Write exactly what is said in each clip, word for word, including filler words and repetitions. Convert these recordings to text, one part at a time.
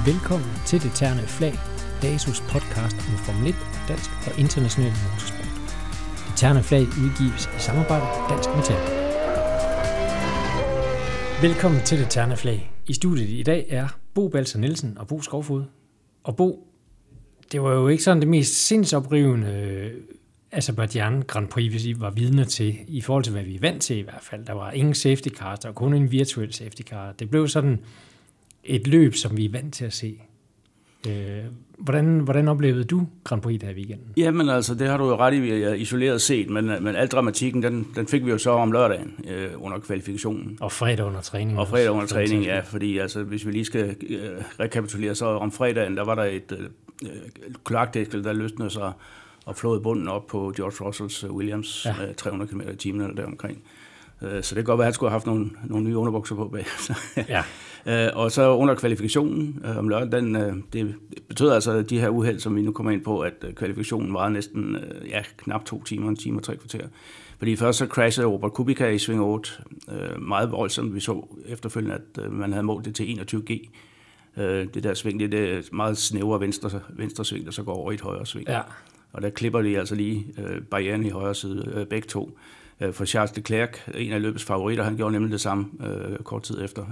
Velkommen til Det Ternede Flag, DASUs podcast om Formel et, dansk og international motorsport. Det Ternede Flag udgives i samarbejde med Dansk Metal. Velkommen til Det Ternede Flag. I studiet i dag er Bo Balser Nielsen og Bo Skovfod. Og Bo, det var jo ikke sådan det mest sindsoprivende Aserbajdsjan Grand Prix, vi var vidner til, i forhold til hvad vi er vant til i hvert fald. Der var ingen safety cars, der var kun en virtuel safety car. Det blev sådan et løb, som vi er vant til at se. Øh, hvordan, hvordan oplevede du Grand Prix der i weekenden? Jamen altså, det har du jo ret i isoleret set, men, men al dramatikken, den, den fik vi jo så om lørdagen øh, under kvalifikationen. Og fredag under træning. Og fredag under træning, ja, fordi altså, hvis vi lige skal øh, rekapitulere, så om fredagen, der var der et øh, kloakdæskel, der løsnede sig og flåede bunden op på George Russells Williams, ja. øh, tre hundrede kilometer i timen eller deromkring. Så det kan godt være, at han skulle have haft nogle, nogle nye underbukser på bag. Ja. Og så under kvalifikationen om lørdag, den, det betød altså, at de her uheld, som vi nu kommer ind på, at kvalifikationen var næsten ja, knap to timer, en time og tre kvarter. Fordi først så crashede Robert Kubica i sving otte, meget voldsomt. Vi så efterfølgende, at man havde målt det til enogtyve G. Det der sving, det er det meget snævre venstre, venstre sving, der så går over i et højre sving. Ja. Og der klipper de altså lige barrieren i højre side, begge to. For Charles Leclerc, en af løbets favoritter, han gjorde nemlig det samme øh, kort tid efter.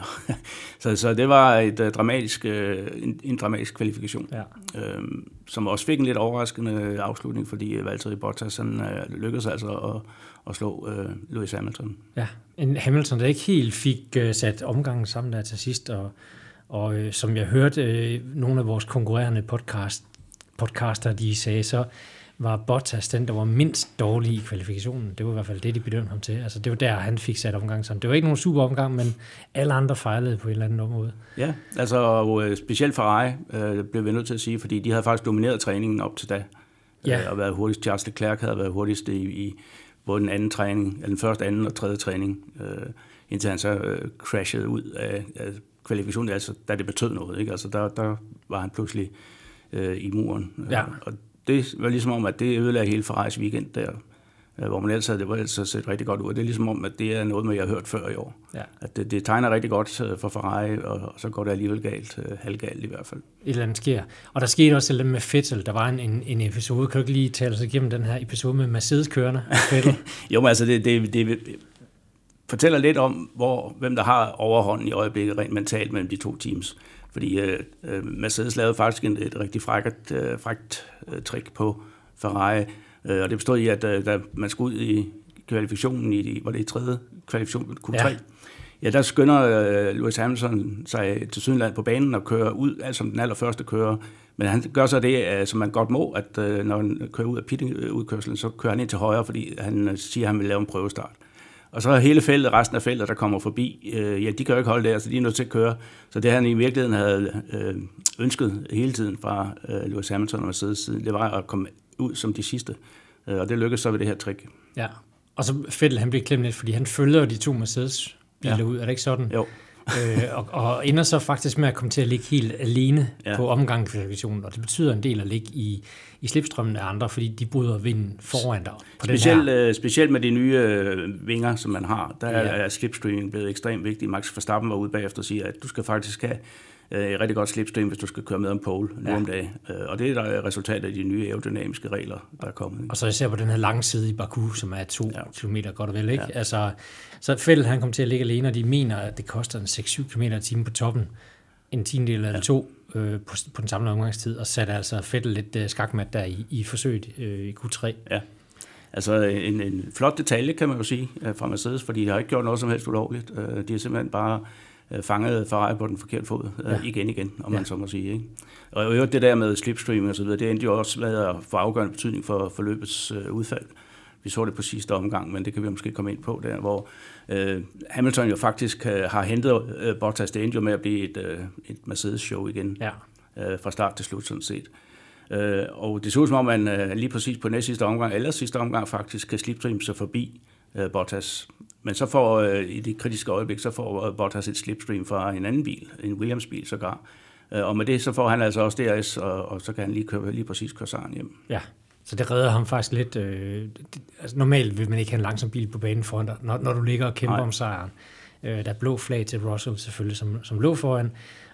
så, så det var et, uh, dramatisk, uh, en, en dramatisk kvalifikation, ja. øhm, som også fik en lidt overraskende afslutning, fordi Valtteri Bottas han, uh, lykkedes altså at, at slå uh, Lewis Hamilton. Ja, en Hamilton, der ikke helt fik uh, sat omgangen sammen der til sidst, og, og uh, som jeg hørte uh, nogle af vores konkurrerende podcast, podcaster, de sagde, så var Bottas den, der var mindst dårlig i kvalifikationen. Det var i hvert fald det, de bedømte ham til. Altså, det var der, han fik sat omgang sammen. Det var ikke nogen super omgang, men alle andre fejlede på en eller anden måde. Ja, altså specielt Ferrari øh, blev vi nødt til at sige, fordi de havde faktisk domineret træningen op til da. Ja. Øh, og været hurtigst. Charles Leclerc havde været hurtigst i, i både den anden træning, eller den første, anden og tredje træning, øh, indtil han så øh, crashede ud af, af kvalifikationen, altså da det betød noget. Ikke? Altså, der, der var han pludselig øh, i muren. Ja. Og det var ligesom om, at det ødelagde hele Ferraris weekend der, hvor man ellers havde det var ellers set rigtig godt ud. Det er ligesom om, at det er noget, jeg har hørt før i år. Ja. At det, det tegner rigtig godt for Ferrari, og så går det alligevel galt, halvgalt i hvert fald. Et eller andet sker. Og der skete også lidt med Vettel. Der var en, en, en episode, kan du ikke lige tale os igennem den her episode med Mercedes-kørende Vettel? jo, men altså det, det, det fortæller lidt om, hvor, hvem der har overhånden i øjeblikket rent mentalt mellem de to teams. Fordi øh, Mercedes lavede faktisk en, et rigtig frækt, øh, frækt øh, trick på Ferrari, øh, og det bestod i, at øh, da man skulle ud i kvalifikationen, i, var det i tredje kvalifikation, Q tre, ja, ja der skynder øh, Lewis Hamilton sig til Sydland på banen og kører ud, altså som den allerførste kører, men han gør så det, øh, som man godt må, at øh, når han kører ud af pitting-udkørslen, så kører han ind til højre, fordi han siger, at han vil lave en prøvestart. Og så hele feltet, resten af feltet, der kommer forbi, øh, ja, de kan jo ikke holde der, så de er nødt til at køre. Så det han i virkeligheden havde øh, ønsket hele tiden fra øh, Lewis Hamilton og Mercedes side, det var at komme ud som de sidste. Øh, og det lykkedes så ved det her trick. Ja, og så Vettel, han blev klemt lidt, fordi han følger de to Mercedes-biler ja. ud, er det ikke sådan? Jo. øh, og, og ender så faktisk med at komme til at ligge helt alene ja. på omgangskvalifikationen, og det betyder en del at ligge i, i slipstrømmen af andre, fordi de bryder vinden foran dig. Specielt, øh, specielt med de nye øh, vinger, som man har, der ja. er slipstreaming blevet ekstremt vigtigt. Max Verstappen var ude bagefter og siger, at du skal faktisk have øh, et rigtig godt slipstream, hvis du skal køre med om pole nu ja. om dagen. Og det er der resultat af de nye aerodynamiske regler, der er kommet. Og så især på den her lange side i Baku, som er to ja. kilometer godt og vel, ikke? Ja. Altså, så Vettel, han kom til at ligge alene, og de mener, at det koster en seks syv kilometer i timen på toppen, en tiendedel eller ja. to øh, på, på den samme omgangstid, og satte altså Vettel lidt øh, skakmat der i, i forsøget øh, i Q tre. Ja, altså en, en flot detalje, kan man jo sige, fra Mercedes, fordi de har ikke gjort noget som helst ulovligt. De har simpelthen bare fanget Ferrari på den forkerte fod, ja. igen igen, om ja. man så må sige. Ikke? Og i øvrigt det der med slipstreaming og så videre, det endte jo også med at få afgørende betydning for, for løbets øh, udfald. Vi så det på sidste omgang, men det kan vi måske komme ind på der, hvor øh, Hamilton jo faktisk øh, har hentet øh, Bottas. Det endte jo med at blive et, øh, et Mercedes-show igen, ja. øh, fra start til slut sådan set. Øh, og det så ud som om, man øh, lige præcis på næste sidste omgang, eller sidste omgang faktisk, kan slipstreame sig forbi øh, Bottas. Men så får, øh, i det kritiske øjeblik, så får øh, Bottas et slipstream fra en anden bil, en Williams-bil sågar. Øh, og med det, så får han altså også D R S, og, og så kan han lige, køre, lige præcis køre sejren hjem. Ja, så det redder ham faktisk lidt. Øh, det, altså normalt vil man ikke have en langsom bil på banen foran dig, når, når du ligger og kæmper Nej. om sejren. Øh, der er blå flag til Russell selvfølgelig, som, som lå foran.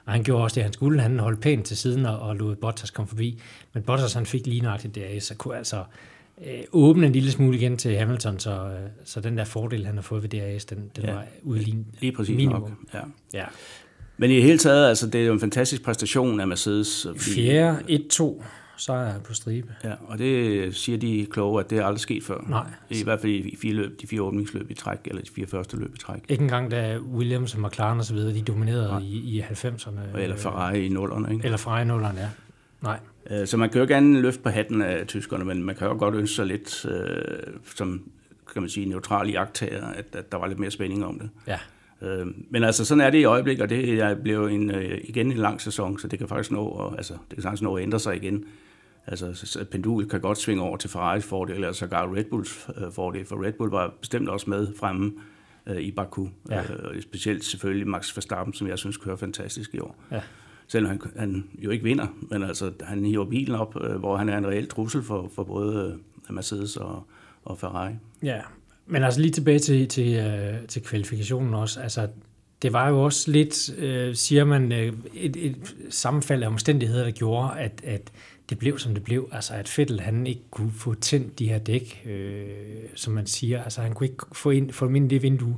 Og han gjorde også det, han skulle. Han holdt pænt til siden og, og lod Bottas komme forbi. Men Bottas han fik lige nøjagtigt D R S, så kunne altså øh, åbne en lille smule igen til Hamilton, så, øh, så den der fordel, han har fået ved D R S, den, den ja, var udlignet lige præcis minimum. Nok. Ja. Ja. Men i det hele taget, altså, det er jo en fantastisk præstation af Mercedes. Fordi, fjerde, et to sejr på stribe. Ja, og det siger de kloge, at det er aldrig sket før. Nej. I hvert fald i fire løb, de fire åbningsløb i træk, eller de fire første løb i træk. Ikke engang da Williams og McLaren og så videre, de dominerede i, i halvfemserne. Eller Ferrari i nullerne, ikke? Eller Ferrari i nullerne, ja. Nej. Så man kan jo gerne løfte på hatten af tyskerne, men man kan jo godt ønske sig lidt, øh, som kan man sige, neutral iagttager, at, at der var lidt mere spænding om det. Ja. Øh, men altså, sådan er det i øjeblikket, og det bliver en, igen en lang sæson, så det kan faktisk nå, og, altså, det kan faktisk nå at ændre sig igen. Altså, pendul kan godt svinge over til Ferraris fordel, eller sågar Red Bulls fordel, for Red Bull var bestemt også med fremme øh, i Baku. Ja. Øh, specielt selvfølgelig Max Verstappen, som jeg synes kører fantastisk i år. Ja. Selvom han, han jo ikke vinder, men altså, han hiver bilen op, øh, hvor han er en reel trussel for, for både øh, Mercedes og, og Ferrari. Ja, men altså lige tilbage til, til, øh, til kvalifikationen også. Altså, det var jo også lidt, øh, siger man, øh, et, et sammenfald af omstændigheder, der gjorde, at, at det blev, som det blev. Altså, at Vettel, han ikke kunne få tændt de her dæk, øh, som man siger. Altså, han kunne ikke få, ind, få dem ind i det vindue,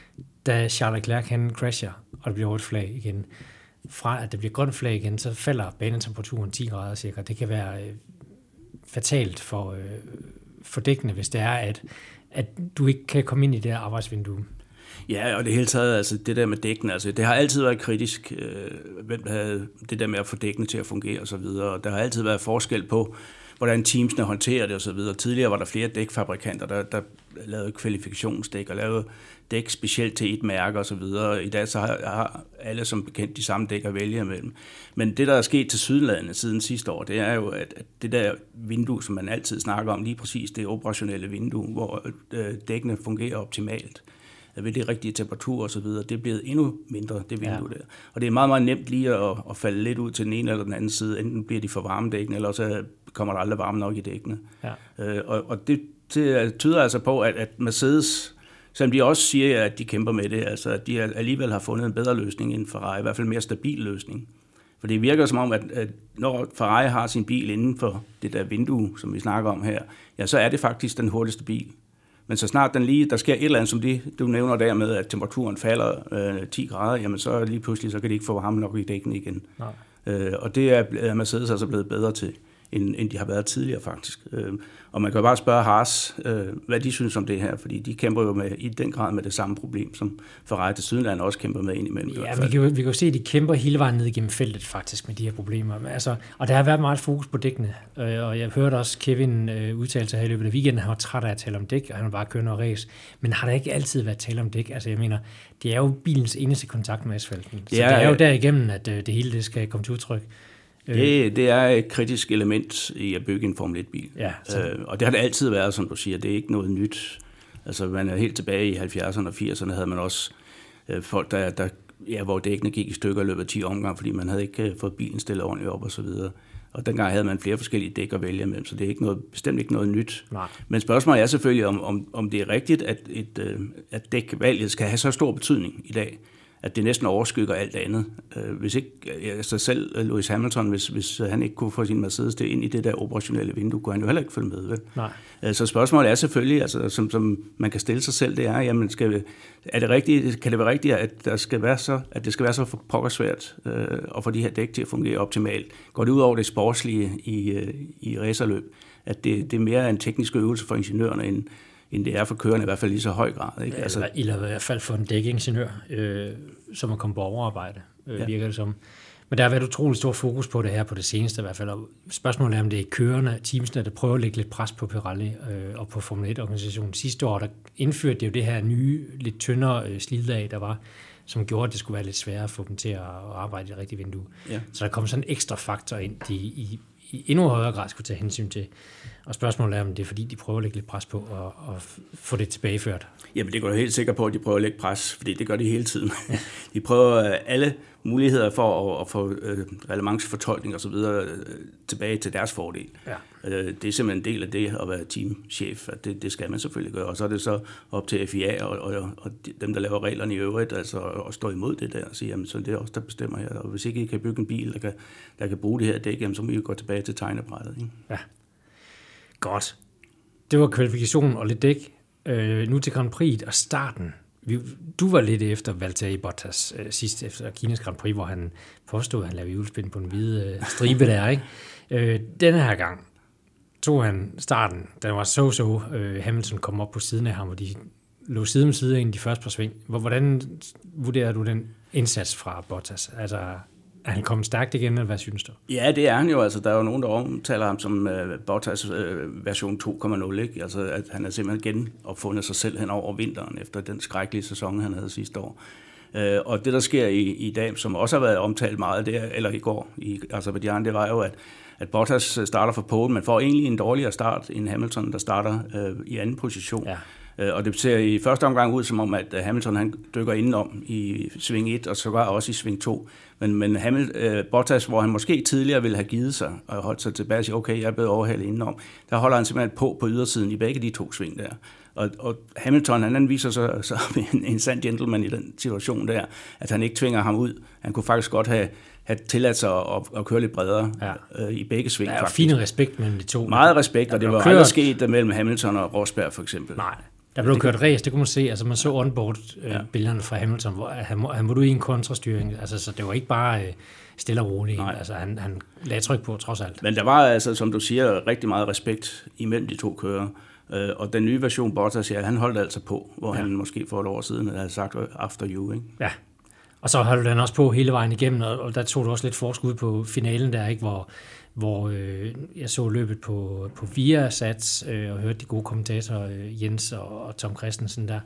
da Charles Leclerc, han crasher, og det bliver rødt flag igen. Fra at det bliver grønt flag igen, så falder banetemperaturen ti grader cirka. Det kan være øh, fatalt for, øh, for dækkene, hvis det er, at, at du ikke kan komme ind i det her arbejdsvindue. Ja, og det hele taget, altså det der med dækkene, altså det har altid været kritisk, øh, hvem der havde det der med at få dækkene til at fungere og så videre, og der har altid været forskel på, hvordan teamsene håndterer det og så videre. Tidligere var der flere dækfabrikanter, der, der lavede kvalifikationsdæk og lavede dæk specielt til et mærke og så videre. I dag så har, har alle som bekendt de samme dæk at vælge imellem. Men det, der er sket til Sydlandet siden sidste år, det er jo, at, at det der vindue, som man altid snakker om, lige præcis det operationelle vindue, hvor øh, dækkene fungerer optimalt, ved de rigtige temperaturer og så videre, det er blevet endnu mindre, det vindue ja. Der. Og det er meget, meget nemt lige at, at falde lidt ud til den ene eller den anden side. Enten bliver de for varme dækkene, eller så kommer der aldrig varme nok i dækkene. Ja. Øh, og og det, det tyder altså på, at, at Mercedes, selvom de også siger, at de kæmper med det, altså at de alligevel har fundet en bedre løsning end Ferrari, i hvert fald en mere stabil løsning. For det virker som om, at, at når Ferrari har sin bil inden for det der vindue, som vi snakker om her, ja, så er det faktisk den hurtigste bil. Men så snart den lige, der sker et eller andet, som det, du nævner der med, at temperaturen falder øh, ti grader, jamen så lige pludselig, så kan de ikke få varme nok i dækkene igen. Øh, og det er Mercedes altså blevet bedre til, end, end de har været tidligere faktisk. Øh, og man kan jo bare spørge Haas, øh, hvad de synes om det her, fordi de kæmper jo med, i den grad med det samme problem, som Ferrari til Sydland også kæmper med indimellem. Ja, vi kan, jo, vi kan jo se, at de kæmper hele vejen ned igennem feltet faktisk med de her problemer. Altså, og der har været meget fokus på dækkene, øh, og jeg hørte også Kevin øh, udtale sig her i løbet af weekenden, han var træt af at tale om dæk, og han var bare kørende og race. Men har der ikke altid været tale om dæk? Altså jeg mener, det er jo bilens eneste kontakt med asfalten. Så ja, det er jo derigennem, at øh, det hele det skal komme til udtryk. Det, det er et kritisk element i at bygge en Formel et-bil. Ja, øh, og det har det altid været, som du siger. Det er ikke noget nyt. Altså, man er helt tilbage i halvfjerdserne og firserne, havde man også øh, folk, der, der, ja, hvor dækkene gik i stykker i løbet af ti omgange, fordi man havde ikke fået bilen stillet ordentligt op og så videre. Og dengang havde man flere forskellige dæk at vælge med, så det er ikke noget, bestemt ikke noget nyt. Nej. Men spørgsmålet er selvfølgelig, om, om, om det er rigtigt, at, et, øh, at dækvalget skal have så stor betydning i dag, at det næsten overskygger alt andet. Hvis ikke, altså selv Lewis Hamilton, hvis, hvis han ikke kunne få sin Mercedes det ind i det der operationelle vindue, kunne han jo heller ikke følge med. Vel? Nej. Så spørgsmålet er selvfølgelig, altså, som, som man kan stille sig selv, det er, jamen, skal, er det rigtigt, kan det være rigtigt, at, der skal være så, at det skal være så pokkersvært øh, at få de her dæk til at fungere optimalt? Går det ud over det sportslige i, i racerløb, at det, det er mere en teknisk øvelse for ingeniørerne, end end det er for kørende, i hvert fald lige så høj grad. Ikke? Altså, eller i hvert fald for en dækingeniør, øh, som er kommet på overarbejde, øh, ja. Virker det som. Men der har været utrolig stor fokus på det her på det seneste i hvert fald. Og spørgsmålet er, om det er kørende, teamsene, der prøver at lægge lidt pres på Pirelli øh, og på Formel et-organisationen. Sidste år, der indførte det jo det her nye, lidt tyndere øh, slidlag, der var, som gjorde, at det skulle være lidt sværere at få dem til at arbejde i det rigtige vindue. Ja. Så der kom sådan en ekstra faktor ind, de i i endnu højere grad skulle tage hensyn til. Og spørgsmålet er, om det er, fordi de prøver at lægge lidt pres på og, og få det tilbageført. Jamen, det går jeg helt sikkert på, at de prøver at lægge pres, fordi det gør de hele tiden. Ja. De prøver, alle muligheder for at, at få øh, relevantsfortolkning og så videre øh, tilbage til deres fordel. Ja. Øh, det er simpelthen en del af det at være teamchef, at det, det skal man selvfølgelig gøre. Og så er det så op til F I A og, og, og dem, der laver reglerne i øvrigt, altså at stå imod det der og sige, jamen så det er også der bestemmer her. Og hvis ikke I kan bygge en bil, der kan, der kan bruge det her dæk, jamen så må I gå tilbage til tegnebrættet. Ikke? Ja. Godt. Det var kvalifikationen og lidt dæk. Øh, nu til Grand Prix og starten. Vi, du var lidt efter Valtteri Bottas øh, sidst efter Kinas Grand Prix, hvor han påstod, at han lavede hjulspind på en hvide øh, stribe der, ikke? Øh, denne her gang tog han starten. Den var så-så. Øh, Hamilton kom op på siden af ham, og de lå side om side ind de første par sving. Hvordan vurderer du den indsats fra Bottas? Altså, er han kommet stærkt igen, eller hvad synes du? Ja, det er han jo. Altså, der er jo nogen, der omtaler ham som uh, Bottas uh, version to punkt nul. Ikke? Altså, at han har simpelthen genopfundet sig selv hen over vinteren, efter den skrækkelige sæson, han havde sidste år. Uh, og det, der sker i, i dag, som også har været omtalt meget, det er, eller i går i Aserbajdsjan, det var jo, at, at Bottas starter for pole, men får egentlig en dårligere start end Hamilton, der starter uh, i anden position. Ja. Og det ser i første omgang ud som om, at Hamilton han dykker indenom i sving et, og så var også i sving to. Men, men Hamilton, uh, Bottas, hvor han måske tidligere ville have givet sig og holdt sig tilbage og sige, okay, jeg er blevet overhalet indenom, der holder han simpelthen på på ydersiden i begge de to sving der. Og, og Hamilton, han viser sig så en, en sand gentleman i den situation der, at han ikke tvinger ham ud. Han kunne faktisk godt have, have tilladt sig at, at køre lidt bredere ja. øh, i begge sving. Der er jo fin respekt mellem de to. Meget respekt, og det var kørt... aldrig sket mellem Hamilton og Rosberg for eksempel. Nej. Der blev kørt race, det kunne man se, altså man så onboard-billederne øh, fra Hamilton, hvor han, må, han måtte ud i en kontrastyring, altså så det var ikke bare øh, stille og roligt, altså han, han lagde tryk på trods alt. Men der var altså, som du siger, rigtig meget respekt imellem de to kører, øh, og den nye version Bottas, ja, han holdt altså på, hvor ja. han måske for et år siden havde sagt after you, ikke? Ja, og så holdt han også på hele vejen igennem, og, og der tog du også lidt forskud på finalen der, ikke, hvor hvor øh, jeg så løbet på, på Viasat øh, og hørte de gode kommentatorer øh, Jens og, og Tom Christensen der,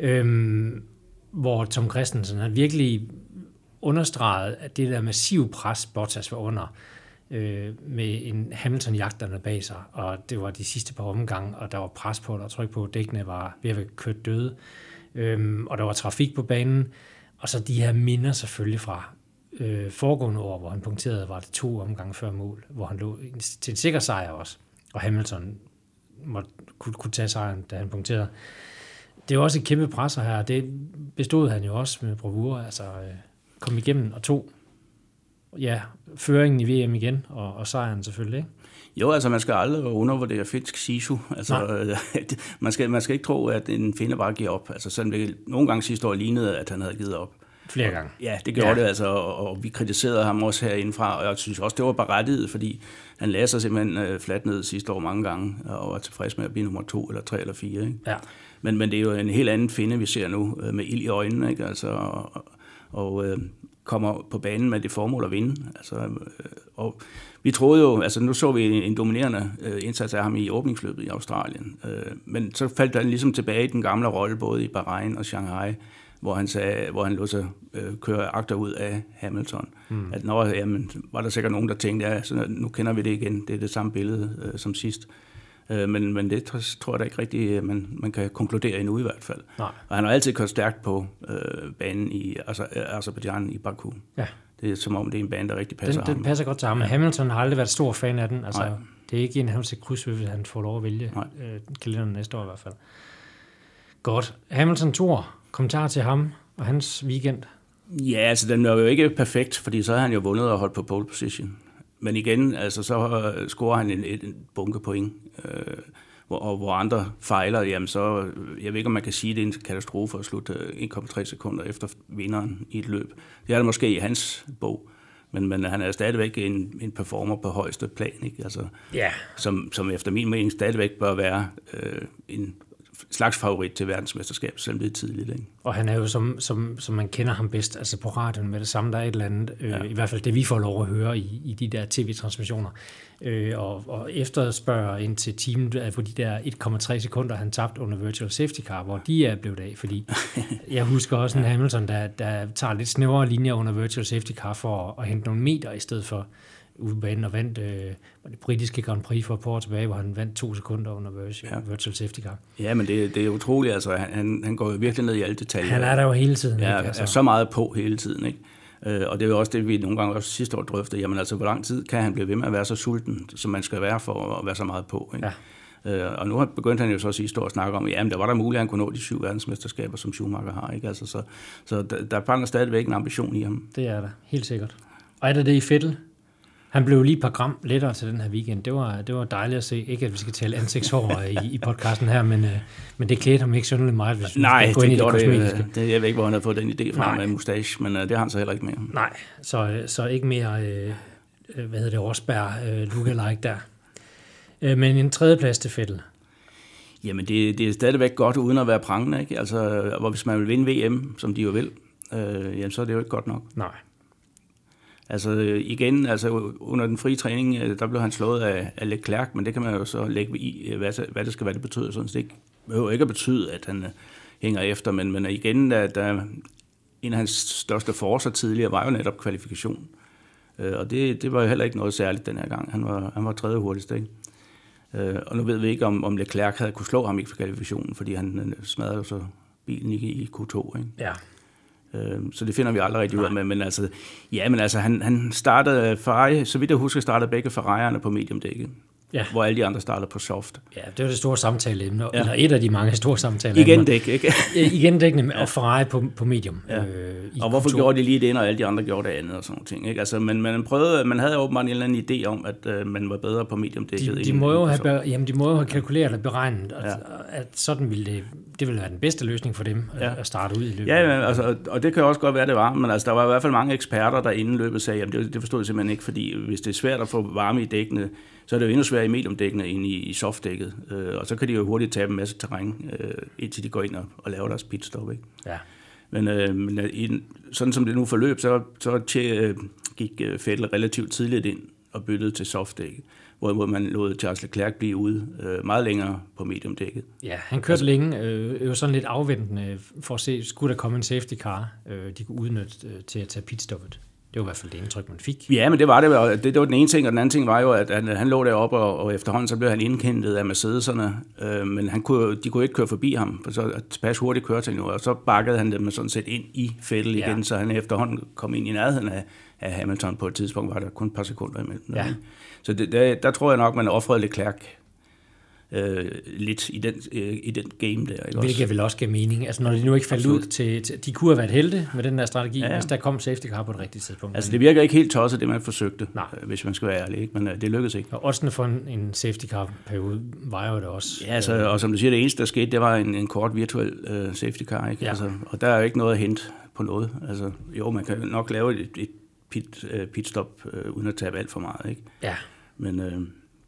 øh, hvor Tom Christensen har virkelig understreget, at det der massive pres, Bottas var under, øh, med en Hamilton-jagterne bag sig, og det var de sidste par omgange, og der var pres på, der var tryk på, dækkene var ved at være kørt døde, øh, og der var trafik på banen, og så de her minder selvfølgelig fra Øh, foregående år, hvor han punkterede, var det to omgange før mål, hvor han lå til en sikker sejr også, og Hamilton måtte, kunne, kunne tage sejren, da han punkterede. Det er jo også et kæmpe presser her, det bestod han jo også med bravur, altså øh, kom igennem og tog ja, føringen i V M igen, og, og sejren selvfølgelig, ikke? Jo, altså man skal aldrig undervurdere finsk sisu. Altså, øh, man, skal, man skal ikke tro, at en finde bare giver op. Altså selvom det nogle gange sidste år lignede, at han havde givet op. Flere gange. Ja, det gjorde ja. det altså, og, og vi kritiserede ham også herindefra, og jeg synes også, det var berettiget, fordi han lagde sig simpelthen øh, fladt ned sidste år mange gange, og var tilfreds med at blive nummer to, eller tre, eller fire. Ikke? Ja. Men, men det er jo en helt anden finde, vi ser nu, øh, med ild i øjnene, ikke? Altså, og, og øh, kommer på banen med det formål at vinde. Altså, øh, og vi troede jo, altså nu så vi en dominerende øh, indsats af ham i åbningsløbet i Australien, øh, men så faldt han ligesom tilbage i den gamle rolle, både i Bahrain og Shanghai, hvor han sagde, hvor han lod sig øh, køre agter ud af Hamilton. Mm. At når, jamen, var der sikkert nogen, der tænkte, ja, så nu kender vi det igen, det er det samme billede øh, som sidst. Øh, men, men det tror jeg da ikke rigtigt, man, man kan konkludere endnu i hvert fald. Nej. Og han har altid kørt stærkt på øh, banen i Aserbajdsjan i Baku. Ja. Det er som om, det er en bane, der rigtig passer den, ham. Den passer godt til ham, men ja. Hamilton har aldrig været stor fan af den. Altså, det er ikke en, han skal krydse, hvis han får lov at vælge øh, kalenderen næste år i hvert fald. Godt. Hamilton Tour. Kommentar til ham og hans weekend? Ja, altså den er jo ikke perfekt, fordi så har han jo vundet og holdt på pole position. Men igen, altså så scorer han en, en bunke point, øh, hvor, og hvor andre fejler, jamen så, jeg ved ikke, om man kan sige, at det er en katastrofe at slutte en komma tre sekunder efter vinderen i et løb. Det er det måske i hans bog, men, men han er stadigvæk en, en performer på højeste plan, ikke? Altså, yeah. som, som efter min mening stadigvæk bør være øh, en slags favorit til verdensmesterskab, selvom det er tidligt. Ikke? Og han er jo, som, som, som man kender ham bedst, altså på radioen med det samme, der er et eller andet, øh, ja. i hvert fald det, vi får lov at høre i, i de der tv-transmissioner, øh, og, og efterspørger ind til teamet på de der en komma tre sekunder, han tabte under virtual safety car, hvor de er blevet af, fordi jeg husker også en Hamilton, der, der tager lidt snævere linjer under virtual safety car for at, at hente nogle meter i stedet for udebanen og vandt øh, det britiske Grand Prix for et par år tilbage, hvor han vandt to sekunder under virtual, ja. virtual safety car. Ja, men det, det er utroligt. Altså, han, han går jo virkelig ned i alle detaljer. Han er der jo hele tiden. Ja, ikke? Altså. Er så meget på hele tiden. Ikke? Øh, og det er jo også det, vi nogle gange også sidste år drøftede. Jamen altså, hvor lang tid kan han blive ved med at være så sulten, som man skal være for at være så meget på, ikke? Ja. Øh, og nu begyndte han jo så sidste år at snakke om, jamen der var der muligt, at han kunne nå de syv verdensmesterskaber, som Schumacher har, ikke? Altså, så, så der, der brænder stadigvæk en ambition i ham. Det er der, helt sikkert. Og er der det i Vettel? Han blev lige et par gram lettere til den her weekend. Det var, det var dejligt at se. Ikke at vi skal tale ansigtshår i, i podcasten her, men, øh, men det klædte ham ikke synderligt meget, hvis vi Nej, skal gå ind i det kosmetiske. Det, det, jeg ved ikke, hvor han har fået den idé fra med mustache, men øh, det har han så heller ikke mere. Nej, så, så ikke mere, øh, hvad hedder det, Rosberg øh, lookalike der. Øh, men en tredjeplads til Vettel. Jamen, det, det er stadigvæk godt, uden at være prangende, ikke? Altså, hvor hvis man vil vinde V M, som de jo vil, øh, jamen, så er det jo ikke godt nok. Nej. Altså igen, altså under den frie træning, der blev han slået af, af Leclerc, men det kan man jo så lægge i, hvad, hvad det skal være, det betyder. Sådan, så det behøver ikke at betyde, at han hænger efter, men, men igen, der, der, en af hans største forser tidligere var jo netop kvalifikation. Og det, det var jo heller ikke noget særligt den her gang. Han var, han var tredje hurtigst, ikke? Og nu ved vi ikke, om, om Leclerc havde kunne slå ham i kvalifikationen, fordi han smadrede jo så bilen i Q to, ikke? Ja. Så det finder vi aldrig rigtig ud af med, men altså, ja, men altså, han, han startede Ferrari, så vidt jeg husker, startede begge Ferrari'erne på mediumdækket, ja. Hvor alle de andre startede på soft. Ja, det var det store samtaleemne, ja. Eller et af de mange store samtaler. Igen dæk, ikke? Igen dækkende, og Ferrari på, på medium. Ja. Øh, og hvorfor Q to. Gjorde de lige det, når alle de andre gjorde det andet og sådan nogle ting, ikke? Altså, men man prøvede, man havde åbenbart en eller anden idé om, at øh, man var bedre på mediumdækket. De, de, må jo have, be, jamen, de må jo have kalkuleret og beregnet, at, ja. at sådan ville det, det ville være den bedste løsning for dem, ja. At starte ud i løbet. Ja, men, altså, og det kan også godt være, det var, men altså, der var i hvert fald mange eksperter, der inden løbet sagde, jamen det, det forstod jeg simpelthen ikke, fordi hvis det er svært at få varme i dækkene, så er det jo endnu sværere i mediumdækkene end i, i softdækket. Øh, og så kan de jo hurtigt tabe en masse terræn, øh, indtil de går ind og, og laver deres pitstop, ikke? Ja. Men, øh, men i, sådan som det nu forløb, så, så tje, øh, gik øh, Vettel relativt tidligt ind og byttede til softdækket, hvor man lod Charles Leclerc blive ude øh, meget længere på mediumdækket. Ja, han kørte altså, længe, øh, jo sådan lidt afventende for at se, skulle der komme en safety car, øh, de kunne udnytte øh, til at tage pitstoppet. Det var i hvert fald det indtryk, man fik. Ja, men det var det. Det, det var den ene ting, og den anden ting var jo, at han, han lå deroppe, og, og efterhånden så blev han indkendt af Mercedeserne, øh, men han kunne, de kunne ikke køre forbi ham, for så tilpas hurtigt kørte han jo, og så bakkede han dem sådan set ind i Vettel igen, ja. Så han efterhånden kom ind i nærheden af, af Hamilton. På et tidspunkt var der kun et par sekunder imellem. Ja. Så det, der, der tror jeg nok, man offrede Leclerc Øh, lidt i den, øh, i den game der. Ikke Hvilket også? Vil også give mening. Altså når de nu ikke faldt ud til, til... De kunne have været helte med den der strategi, ja, ja. Hvis der kom safety car på et rigtigt tidspunkt. Altså det virker ikke helt tosset, det man forsøgte, Nej. hvis man skal være ærlig, ikke? Men øh, det lykkedes ikke. Og oddsene for en, en safety car-periode var jo det også. Ja, altså, og som du siger, det eneste, der skete, det var en, en kort virtuel øh, safety car, ikke? Ja. Altså, og der er jo ikke noget at hente på noget. Altså, jo, man kan nok lave et, et pit, øh, pitstop øh, uden at tabe alt for meget, ikke? Ja. Men... Øh,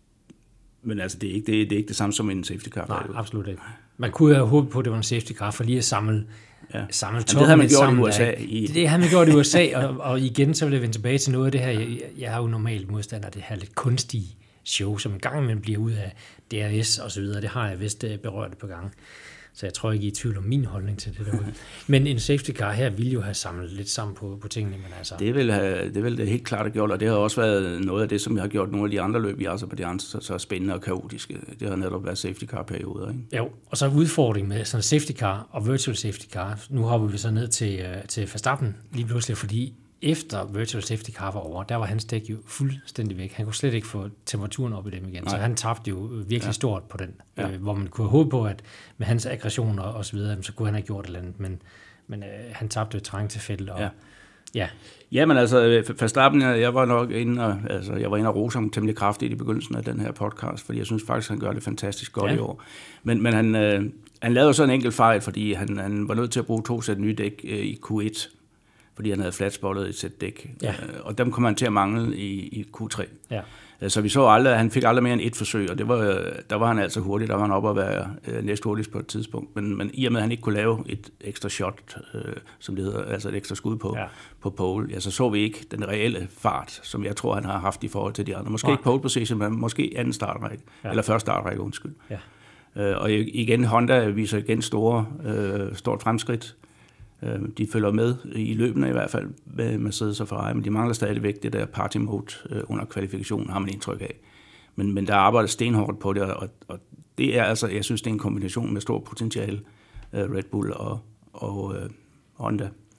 Men altså, det er, ikke, det, er, det er ikke det samme som en safety car. Nej, absolut ikke. Man kunne have håbet på, at det var en safety car, for lige at samle, ja. samle toppen. Det havde man gjort i U S A. I... Det, det havde man gjort i U S A, og, og igen så vil jeg vende tilbage til noget af det her. Jeg, jeg har jo normalt modstander af det her lidt kunstige show, som en gang imellem bliver ud af D R S og så videre. Det har jeg vist berørt på gange. Så jeg tror ikke, I er i tvivl om min holdning til det derude. Men en safety car her ville jo have samlet lidt sammen på, på tingene. Men altså... Det vil have, det vil det helt klart have gjort, og det har også været noget af det, som jeg har gjort nogle af de andre løb, vi altså på de andre, så, så spændende og kaotiske. Det har netop været safety car-perioder, ikke? Jo, og så udfordring med sådan safety car og virtual safety car. Nu hopper vi så ned til, til Verstappen lige pludselig, fordi efter virtual safety car var over, der var hans dæk jo fuldstændig væk. Han kunne slet ikke få temperaturen op i dem igen, Nej. Så han tabte jo virkelig ja. stort på den, ja. øh, hvor man kunne håbe på, at med hans aggressioner og så videre, så kunne han have gjort et eller andet, men, men øh, han tabte terræn til Vettel. Og, ja. Ja. Ja, men altså, Verstappen, jeg var nok inde og, altså, jeg var inde og rose ham temmelig kraftigt i begyndelsen af den her podcast, fordi jeg synes faktisk, han gør det fantastisk godt ja. i år. Men, men han, øh, han lavede så en enkelt fejl, fordi han, han var nødt til at bruge to sæt nye dæk øh, i Q et, fordi han havde flatspottet et sæt dæk, ja. og dem kom han til at mangle i, i Q tre. Ja. Så vi så aldrig, han fik aldrig mere end et forsøg, og det var, der var han altså hurtigt, der var han oppe at være øh, næst hurtigst på et tidspunkt, men, men i og med, at han ikke kunne lave et ekstra shot, øh, som det hedder, altså et ekstra skud på, ja. på pole, ja, så så vi ikke den reelle fart, som jeg tror, han har haft i forhold til de andre. Måske Nej. ikke pole position, men måske anden startrække, ja. eller første startrække, undskyld. Ja. Øh, og igen, Honda viser igen store, øh, stort fremskridt. De følger med i løbende i hvert fald med Mercedes og Ferrari, men de mangler stadigvæk det der party mode under kvalifikationen, har man indtryk af. Men, men der arbejder stenhårdt på det, og, og det er altså, jeg synes, det er en kombination med stor potentiale, Red Bull og, og uh, Honda.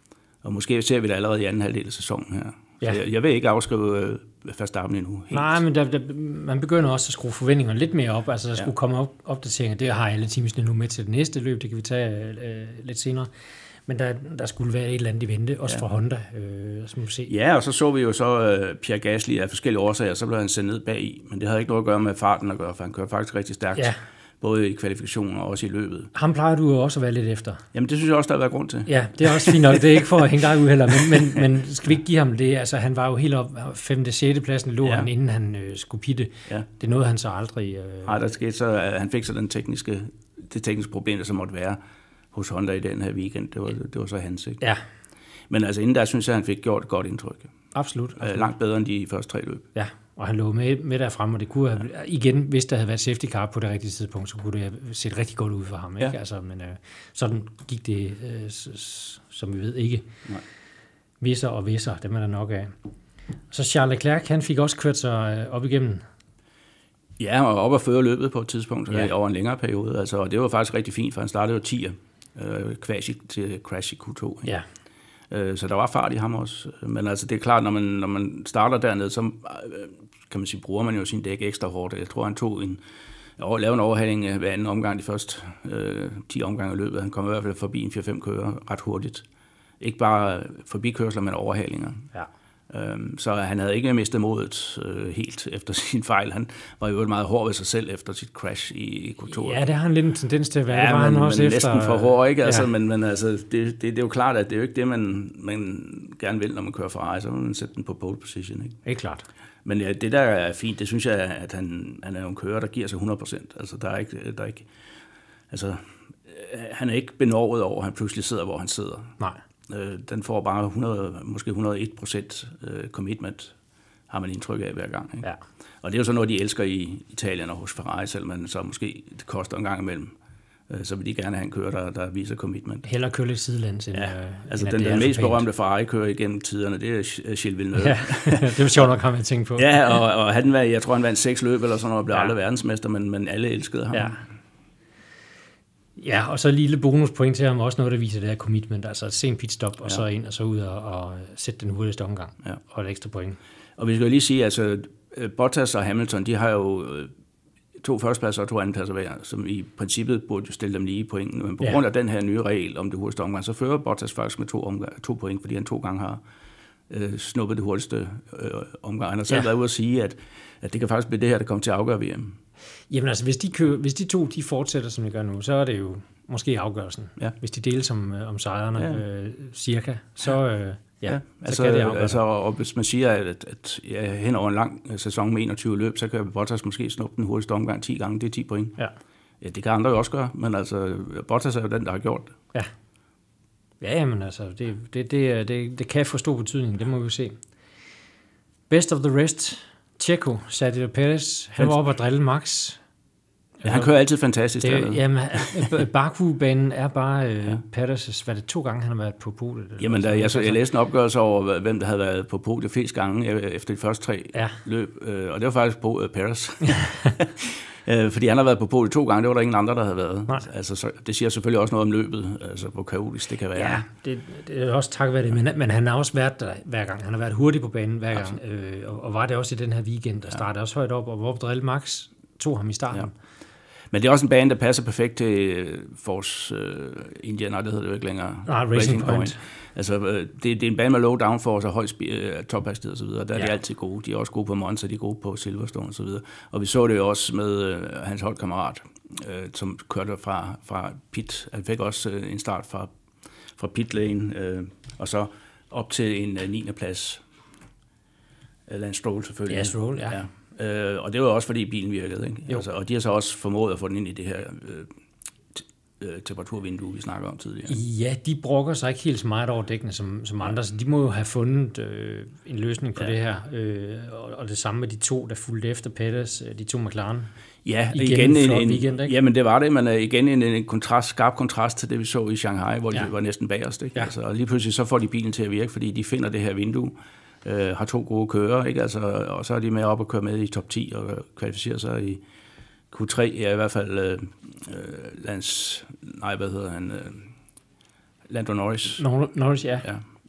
Og måske ser vi det allerede i anden halvdel af sæsonen her. Ja. Så jeg, jeg vil ikke afskrive øh, Verstappen endnu. Helt. Nej, men der, der, man begynder også at skrue forventningerne lidt mere op. Altså, der skulle ja. komme op, opdateringer. Det har alle teamsene nu med til det næste løb. Det kan vi tage øh, lidt senere. Men der, der skulle være et eller andet i vente, også ja. fra Honda, øh, som se. Ja, og så så vi jo så uh, Pierre Gasly af forskellige årsager, så blev han sendt ned bag i. Men det havde ikke noget at gøre med farten at gøre, for han kørte faktisk rigtig stærkt. Ja. Både i kvalifikationen og også i løbet. Ham plejer du jo også at være lidt efter. Jamen, det synes jeg også, der har været grund til. Ja, det er også fint nok. Det er ikke for at hænge dig ud heller, men, men, men skal vi ikke give ham det? Altså, han var jo helt op femte sjette pladsen, lå ja. han, inden han øh, skulle pitte. Ja. Det nåede han så aldrig. Øh... Nej, der skete så, at han fik så den tekniske, det tekniske problem, der så måtte være hos Honda i den her weekend. Det var, det var så hans, ikke? Ja. Men altså, inden der synes jeg, han fik gjort et godt indtryk. Absolut. absolut. Langt bedre end de første tre løb. Ja. Og han lå med, med derfrem, og det kunne have, igen, hvis der havde været safety car på det rigtige tidspunkt, så kunne det have set rigtig godt ud for ham. Ikke? Ja. Altså, men øh, sådan gik det, øh, som vi ved, ikke. Nej. Visser og visser, dem er der nok af. Så Charles Leclerc, han fik også kørt sig op igennem. Ja, og op at føre løbet på et tidspunkt, ja. over en længere periode. Altså, og det var faktisk rigtig fint, for han startede jo tier øh, quasi til crash i Q to. Ikke? Ja. Så der var fart i ham også. Men altså, det er klart, når man, når man starter dernede, så kan man sige, bruger man jo sin dæk ekstra hårdt. Jeg tror, han tog en, lavede en overhaling hver anden omgang, de første øh, ti omgange i løbet. Han kom i hvert fald forbi en fire fem kører ret hurtigt. Ikke bare forbikørsler, men overhalinger. Ja. Øhm, så han havde ikke mistet modet øh, helt efter sin fejl. Han var jo meget hård ved sig selv efter sit crash i Q to. Ja, det har han lidt en tendens til at være. Ja, det var men, han også men efter. Næsten for hård, ikke? Altså, ja. Men, men altså, det, det, det er jo klart, at det er jo ikke det, man, man gerne vil, når man kører Ferrari. Så må man sætte den på pole position, ikke? Ikke klart. Men ja, det der er fint, det synes jeg, at han, han er jo en kører, der giver sig hundrede procent. Altså, der er ikke... Der er ikke altså, han er ikke benåret over, at han pludselig sidder, hvor han sidder. Nej. Den får bare hundrede, måske et hundrede og en procent commitment, har man indtryk af hver gang. Ikke? Ja. Og det er jo så noget, de elsker i Italien og hos Ferrari, selv man så måske det koster en gang imellem. Så vil de gerne have en kører, der, der viser commitment. Heller køre lidt sidelands. End, ja. Altså den, den mest berømte Ferrari-kører igennem tiderne, det er Gilles Villeneuve. Ja, det var sjovt nok, ham jeg tænke på. Ja, og, og han, jeg tror, han vandt seks løb eller sådan noget, og blev ja. aldrig verdensmester, men, men alle elskede ham. Ja. Ja, og så en lille bonuspoint til ham, også noget, der viser det her commitment, altså et sent pitstop, og ja. så ind og så ud og, og sætte den hurtigste omgang, ja. og et ekstra point. Og vi skal jo lige sige, altså Bottas og Hamilton, de har jo to førstepladser og to andenpladser hver, som i princippet burde jo stille dem lige i pointen, men på ja. grund af den her nye regel om det hurtigste omgang, så fører Bottas faktisk med to, omgang, to point, fordi han to gange har øh, snuppet det hurtigste øh, omgang. Han har selv ja. været ude at sige, at, at det kan faktisk blive det her, der kommer til at afgøre V M. Jamen altså, hvis de, køber, hvis de to de fortsætter, som de gør nu, så er det jo måske afgørelsen. Ja. Hvis de deler som, øh, om sejrene ja. øh, cirka, så, øh, ja, ja, altså, så kan det afgøre. Altså, og hvis man siger, at, at ja, hen over en lang sæson med enogtyve løb, så kan Bottas måske snuppe den hurtigste omgang ti gange, det er ti point. Ja. Ja, det kan andre jo også gøre, men altså, Bottas er jo den, der har gjort det. Ja, ja men altså, det, det, det, det, det kan få stor betydning, det må vi jo se. Best of the rest, Checo, Sergio Perez, han var oppe og drille Max. Ja, han kører altid fantastisk. Det, jamen, Baku-banen er bare øh, ja. Perez', hvad det to gange, han har været på podiet? Jamen, der, jeg, så, jeg læste en opgørelse over, hvem der havde været på podiet flest gange efter de første tre ja. løb, og det var faktisk på uh, Perez. Fordi han har været på podiet to gange, det var der ingen andre, der havde været. Altså, så, det siger selvfølgelig også noget om løbet, altså hvor kaotisk det kan være. Ja, det, det er også tak ved det, men, men han har også været der hver gang. Han har været hurtig på banen hver gang, øh, og, og var det også i den her weekend, der startede ja. også højt op, og hvor drille Max tog ham i starten. Ja. Men det er også en bane, der passer perfekt til Force uh, India, nej, det hedder det jo ikke længere. Ah, Racing, Racing Point. Point. Altså, det, det er en bane med low downforce og høj uh, tophastighed og så videre. Der er ja. de altid gode. De er også gode på Monza, de er gode på Silverstone og så videre. Og vi så det jo også med uh, hans holdkammerat, uh, som kørte fra, fra pit. Han fik også uh, en start fra, fra pit lane, uh, og så op til en uh, niende plads. Uh, Lance Stroll selvfølgelig. Ja, Stroll, ja. ja. Øh, og det var også fordi bilen virkede, ikke? Altså, og de har så også formået at få den ind i det her øh, t- temperaturvindue, vi snakker om tidligere. Ja, de brokker sig ikke helt så meget over dækkene som, som andre, så de må jo have fundet øh, en løsning på ja. det her. Øh, og, og det samme med de to, der fulgte efter Pettis, de to McLaren. Ja, igen, igen en, en weekend, ikke? Jamen det var det, men igen en, en kontrast, skarp kontrast til det, vi så i Shanghai, hvor ja. de var næsten bagerst, ikke? Ja. Altså, og lige pludselig så får de bilen til at virke, fordi de finder det her vindue. Øh, har to gode kører, ikke? Altså, og så er de med op og køre med i top ti og kvalificerer sig i Q tre, ja, i hvert fald øh, Lance, nej, hvad hedder han, øh, Lando Norris. Nor- Norris, ja. ja.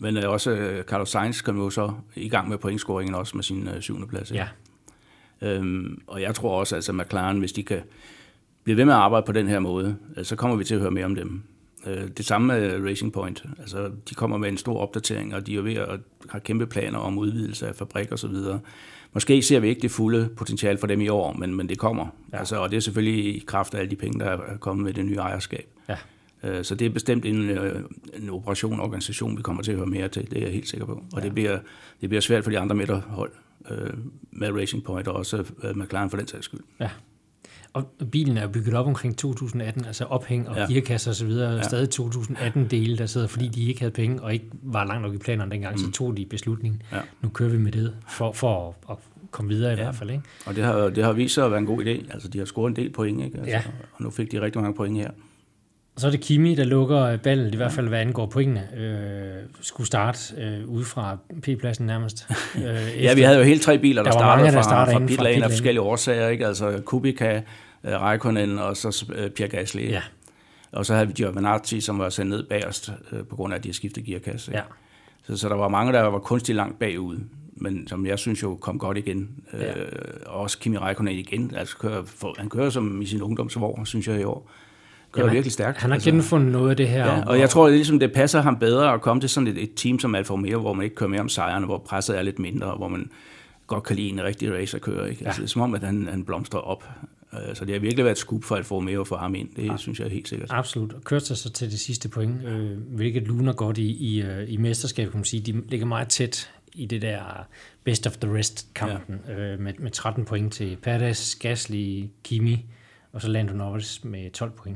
Men øh, også øh, Carlos Sainz kom jo så i gang med pointscoringen også med sin øh, syvende plads. Ja. Øhm, og jeg tror også, at altså, McLaren, hvis de kan blive ved med at arbejde på den her måde, øh, så kommer vi til at høre mere om dem. Øh, det samme med Racing Point. Altså, de kommer med en stor opdatering, og de er ved at have kæmpe planer om udvidelse af fabrik og så videre. Måske ser vi ikke det fulde potentiale for dem i år, men, men det kommer. Ja. Altså, og det er selvfølgelig i kraft af alle de penge, der er kommet med det nye ejerskab. Ja. Øh, så det er bestemt en, en operation, organisation, vi kommer til at høre mere til. Det er jeg helt sikker på. Og ja. det, bliver, det bliver svært for de andre midterhold øh, med Racing Point og også øh, McLaren for den sags skyld. Ja. Og bilen er bygget op omkring to tusind atten, altså ophæng og ja. gearkasser og så videre, ja. stadig to tusind atten-dele, der sidder, fordi de ikke havde penge og ikke var langt nok i planerne dengang, mm. så tog de beslutningen. Ja. Nu kører vi med det, for, for at, at komme videre i ja. hvert fald. Ikke? Og det har, det har vist sig at være en god idé. Altså, de har scoret en del point, ikke? Altså, ja. Og nu fik de rigtig mange point her. Og så er det Kimi, der lukker ballen, i hvert fald hvad angår pointene. Øh, skulle starte øh, ude fra P-pladsen nærmest. Øh, ja, vi havde jo hele tre biler, der, der startede mange, der fra, fra pitlane af forskellige årsager. Ikke? Altså Kubica, uh, Raikkonen og så uh, Pierre Gasly. Ja. Og så havde vi Giovinazzi, som var sendt ned bagerst, uh, på grund af, at de har skiftet gearkasse. Ja. Så, så der var mange, der var kunstigt langt bagud, men som jeg synes jo kom godt igen. Ja. Uh, også Kimi Raikkonen igen. Altså, kører, for, han kører som i sin ungdomsvår, synes jeg i år. Kører Jamen, virkelig stærkt. Han har altså genfundet noget af det her. Ja, og, og jeg tror, det, ligesom, det passer ham bedre at komme til sådan et, et team som Alfa Romeo, hvor man ikke kører mere om sejrene, hvor presset er lidt mindre, og hvor man godt kan lide en rigtig racer kører. Ikke? Ja. Altså, det er som om, at han, han blomstrer op. Så det har virkelig været et skub for Alfa Romeo for ham ind. Det ja. synes jeg er helt sikkert. Absolut. Og kørte sig så til det sidste point, øh, hvilket luner godt i, i, i mesterskab, kan man sige. De ligger meget tæt i det der best of the rest-kampen, ja. øh, med, med tretten point til Perez, Gasly, Kimi, og så Lando Norris med tolv point.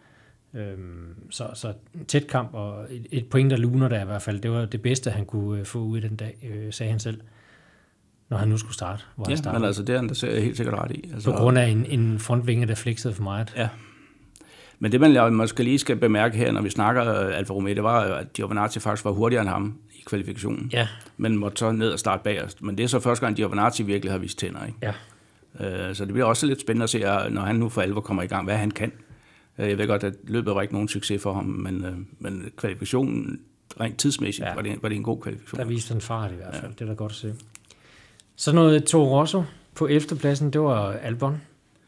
Øhm, så, så tæt kamp, og et, et point, der luner der i hvert fald, det var det bedste, han kunne øh, få ud i den dag, øh, sagde han selv, når han nu skulle starte. Hvor ja, han men altså, det er han der ser helt sikkert ret i. Altså, på grund af en, en frontvinge, der flexede for meget. Ja, men det man måske lige skal bemærke her, når vi snakker Alfa Romeo, det var, at Giovinazzi faktisk var hurtigere end ham i kvalifikationen, ja. men måtte så ned og starte bagerst. Men det er så første gang, Giovinazzi virkelig har vist tænder, ikke? Ja. Øh, så det bliver også lidt spændende at se, når han nu for alvor kommer i gang, hvad han kan. Jeg ved godt, at løbet var ikke nogen succes for ham, men, men kvalifikationen, rent tidsmæssigt, ja. var, det, var det en god kvalifikation. Der viste han fart i hvert fald, ja. Det er da godt at se. Så noget Toro Rosso på ellevte pladsen, det var Albon.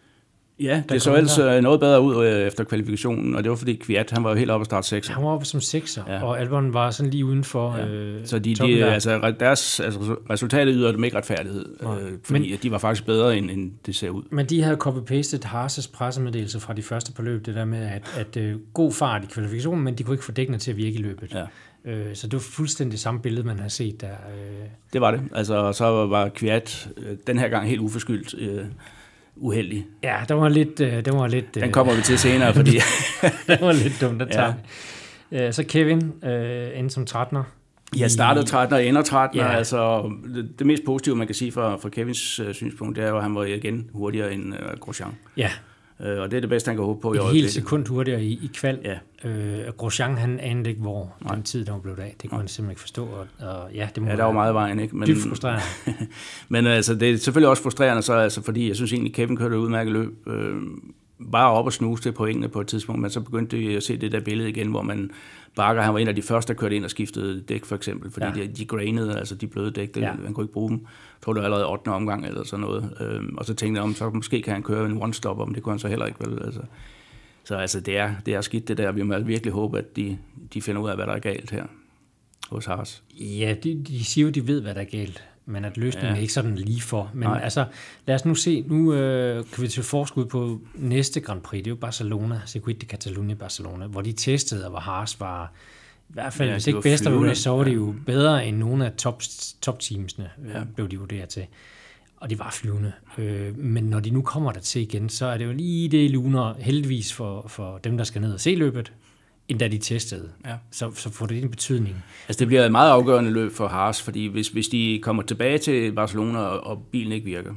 Ja, det så ellers der. noget bedre ud efter kvalifikationen, og det var fordi Kvyat, han var jo helt oppe at starte sekser. Han var oppe som sekser, ja. Og Albon var sådan lige udenfor. Ja. Øh, så de, de, altså, deres altså, resultatet yder dem ikke retfærdighed, ja. øh, fordi men, de var faktisk bedre, end, end det ser ud. Men de havde copy-pastet Haas' pressemeddelelse fra de første på løb, det der med, at, at øh, god fart i kvalifikationen, men de kunne ikke få dækkene til at virke i løbet. Ja. Øh, så det var fuldstændig samme billede, man har set der. Øh. Det var det. Altså, så var Kvyat øh, den her gang helt uforskyldt. Øh, uheldig. Ja, det var lidt... Øh, det var lidt Den kommer vi til senere, fordi... det var lidt dumt at tage. Ja. Så Kevin øh, endte som trettener. Ja, startede trettener og ender trettener. Ja. Altså, det, det mest positive, man kan sige fra, fra Kevins øh, synspunkt, det er jo, at han var igen hurtigere end øh, Grosjean. Ja. Øh, og det er det bedste, han kan håbe på i øjeblikket. Et helt sekund hurtigere i, i kval. Ja. Øh, Grosjean, han anede ikke, hvor Nej. den tid, der var blevet af. Det kunne Nej. han simpelthen ikke forstå. Og, og ja, det må ja, der var meget vejen, ikke? Men, dybt frustrerende. Men altså, det er selvfølgelig også frustrerende, så, altså, fordi jeg synes egentlig, Kevin kørte et udmærket løb. Øh, bare op og snuse til pointene på et tidspunkt, men så begyndte jeg at se det der billede igen, hvor man Bakker, han var en af de første, der kørte ind og skiftede dæk, for eksempel, fordi ja. de, de grainede, altså de bløde dæk, det, ja. man kunne ikke bruge dem. Jeg tror, det var allerede ottende omgang eller sådan noget. Øhm, og så tænkte jeg om, så måske kan han køre en one-stop, men det kunne han så heller ikke, vel? Altså, så altså, det er, det er skidt det der. Vi må virkelig håbe, at de, de finder ud af, hvad der er galt her hos Haas. Ja, de, de siger jo, de ved, hvad der er galt, men at løsningen ja. er ikke sådan lige for. Men Nej. altså, lad os nu se, nu øh, kan vi til forskud på næste Grand Prix, det er jo Barcelona, Circuit de Catalunya Barcelona, hvor de testede, og hvor Haas var, i hvert fald, ja, hvis ikke bedst af det, så var det jo bedre end nogle af top, top-teamsene, ja. blev de vurderet til. Og de var flyvende. Øh, men når de nu kommer der til igen, så er det jo lige det luner, heldigvis for, for dem, der skal ned og se løbet, end da de testede. Ja. Så, så får det en betydning. Altså det bliver et meget afgørende løb for Haas, fordi hvis, hvis de kommer tilbage til Barcelona, og, og bilen ikke virker,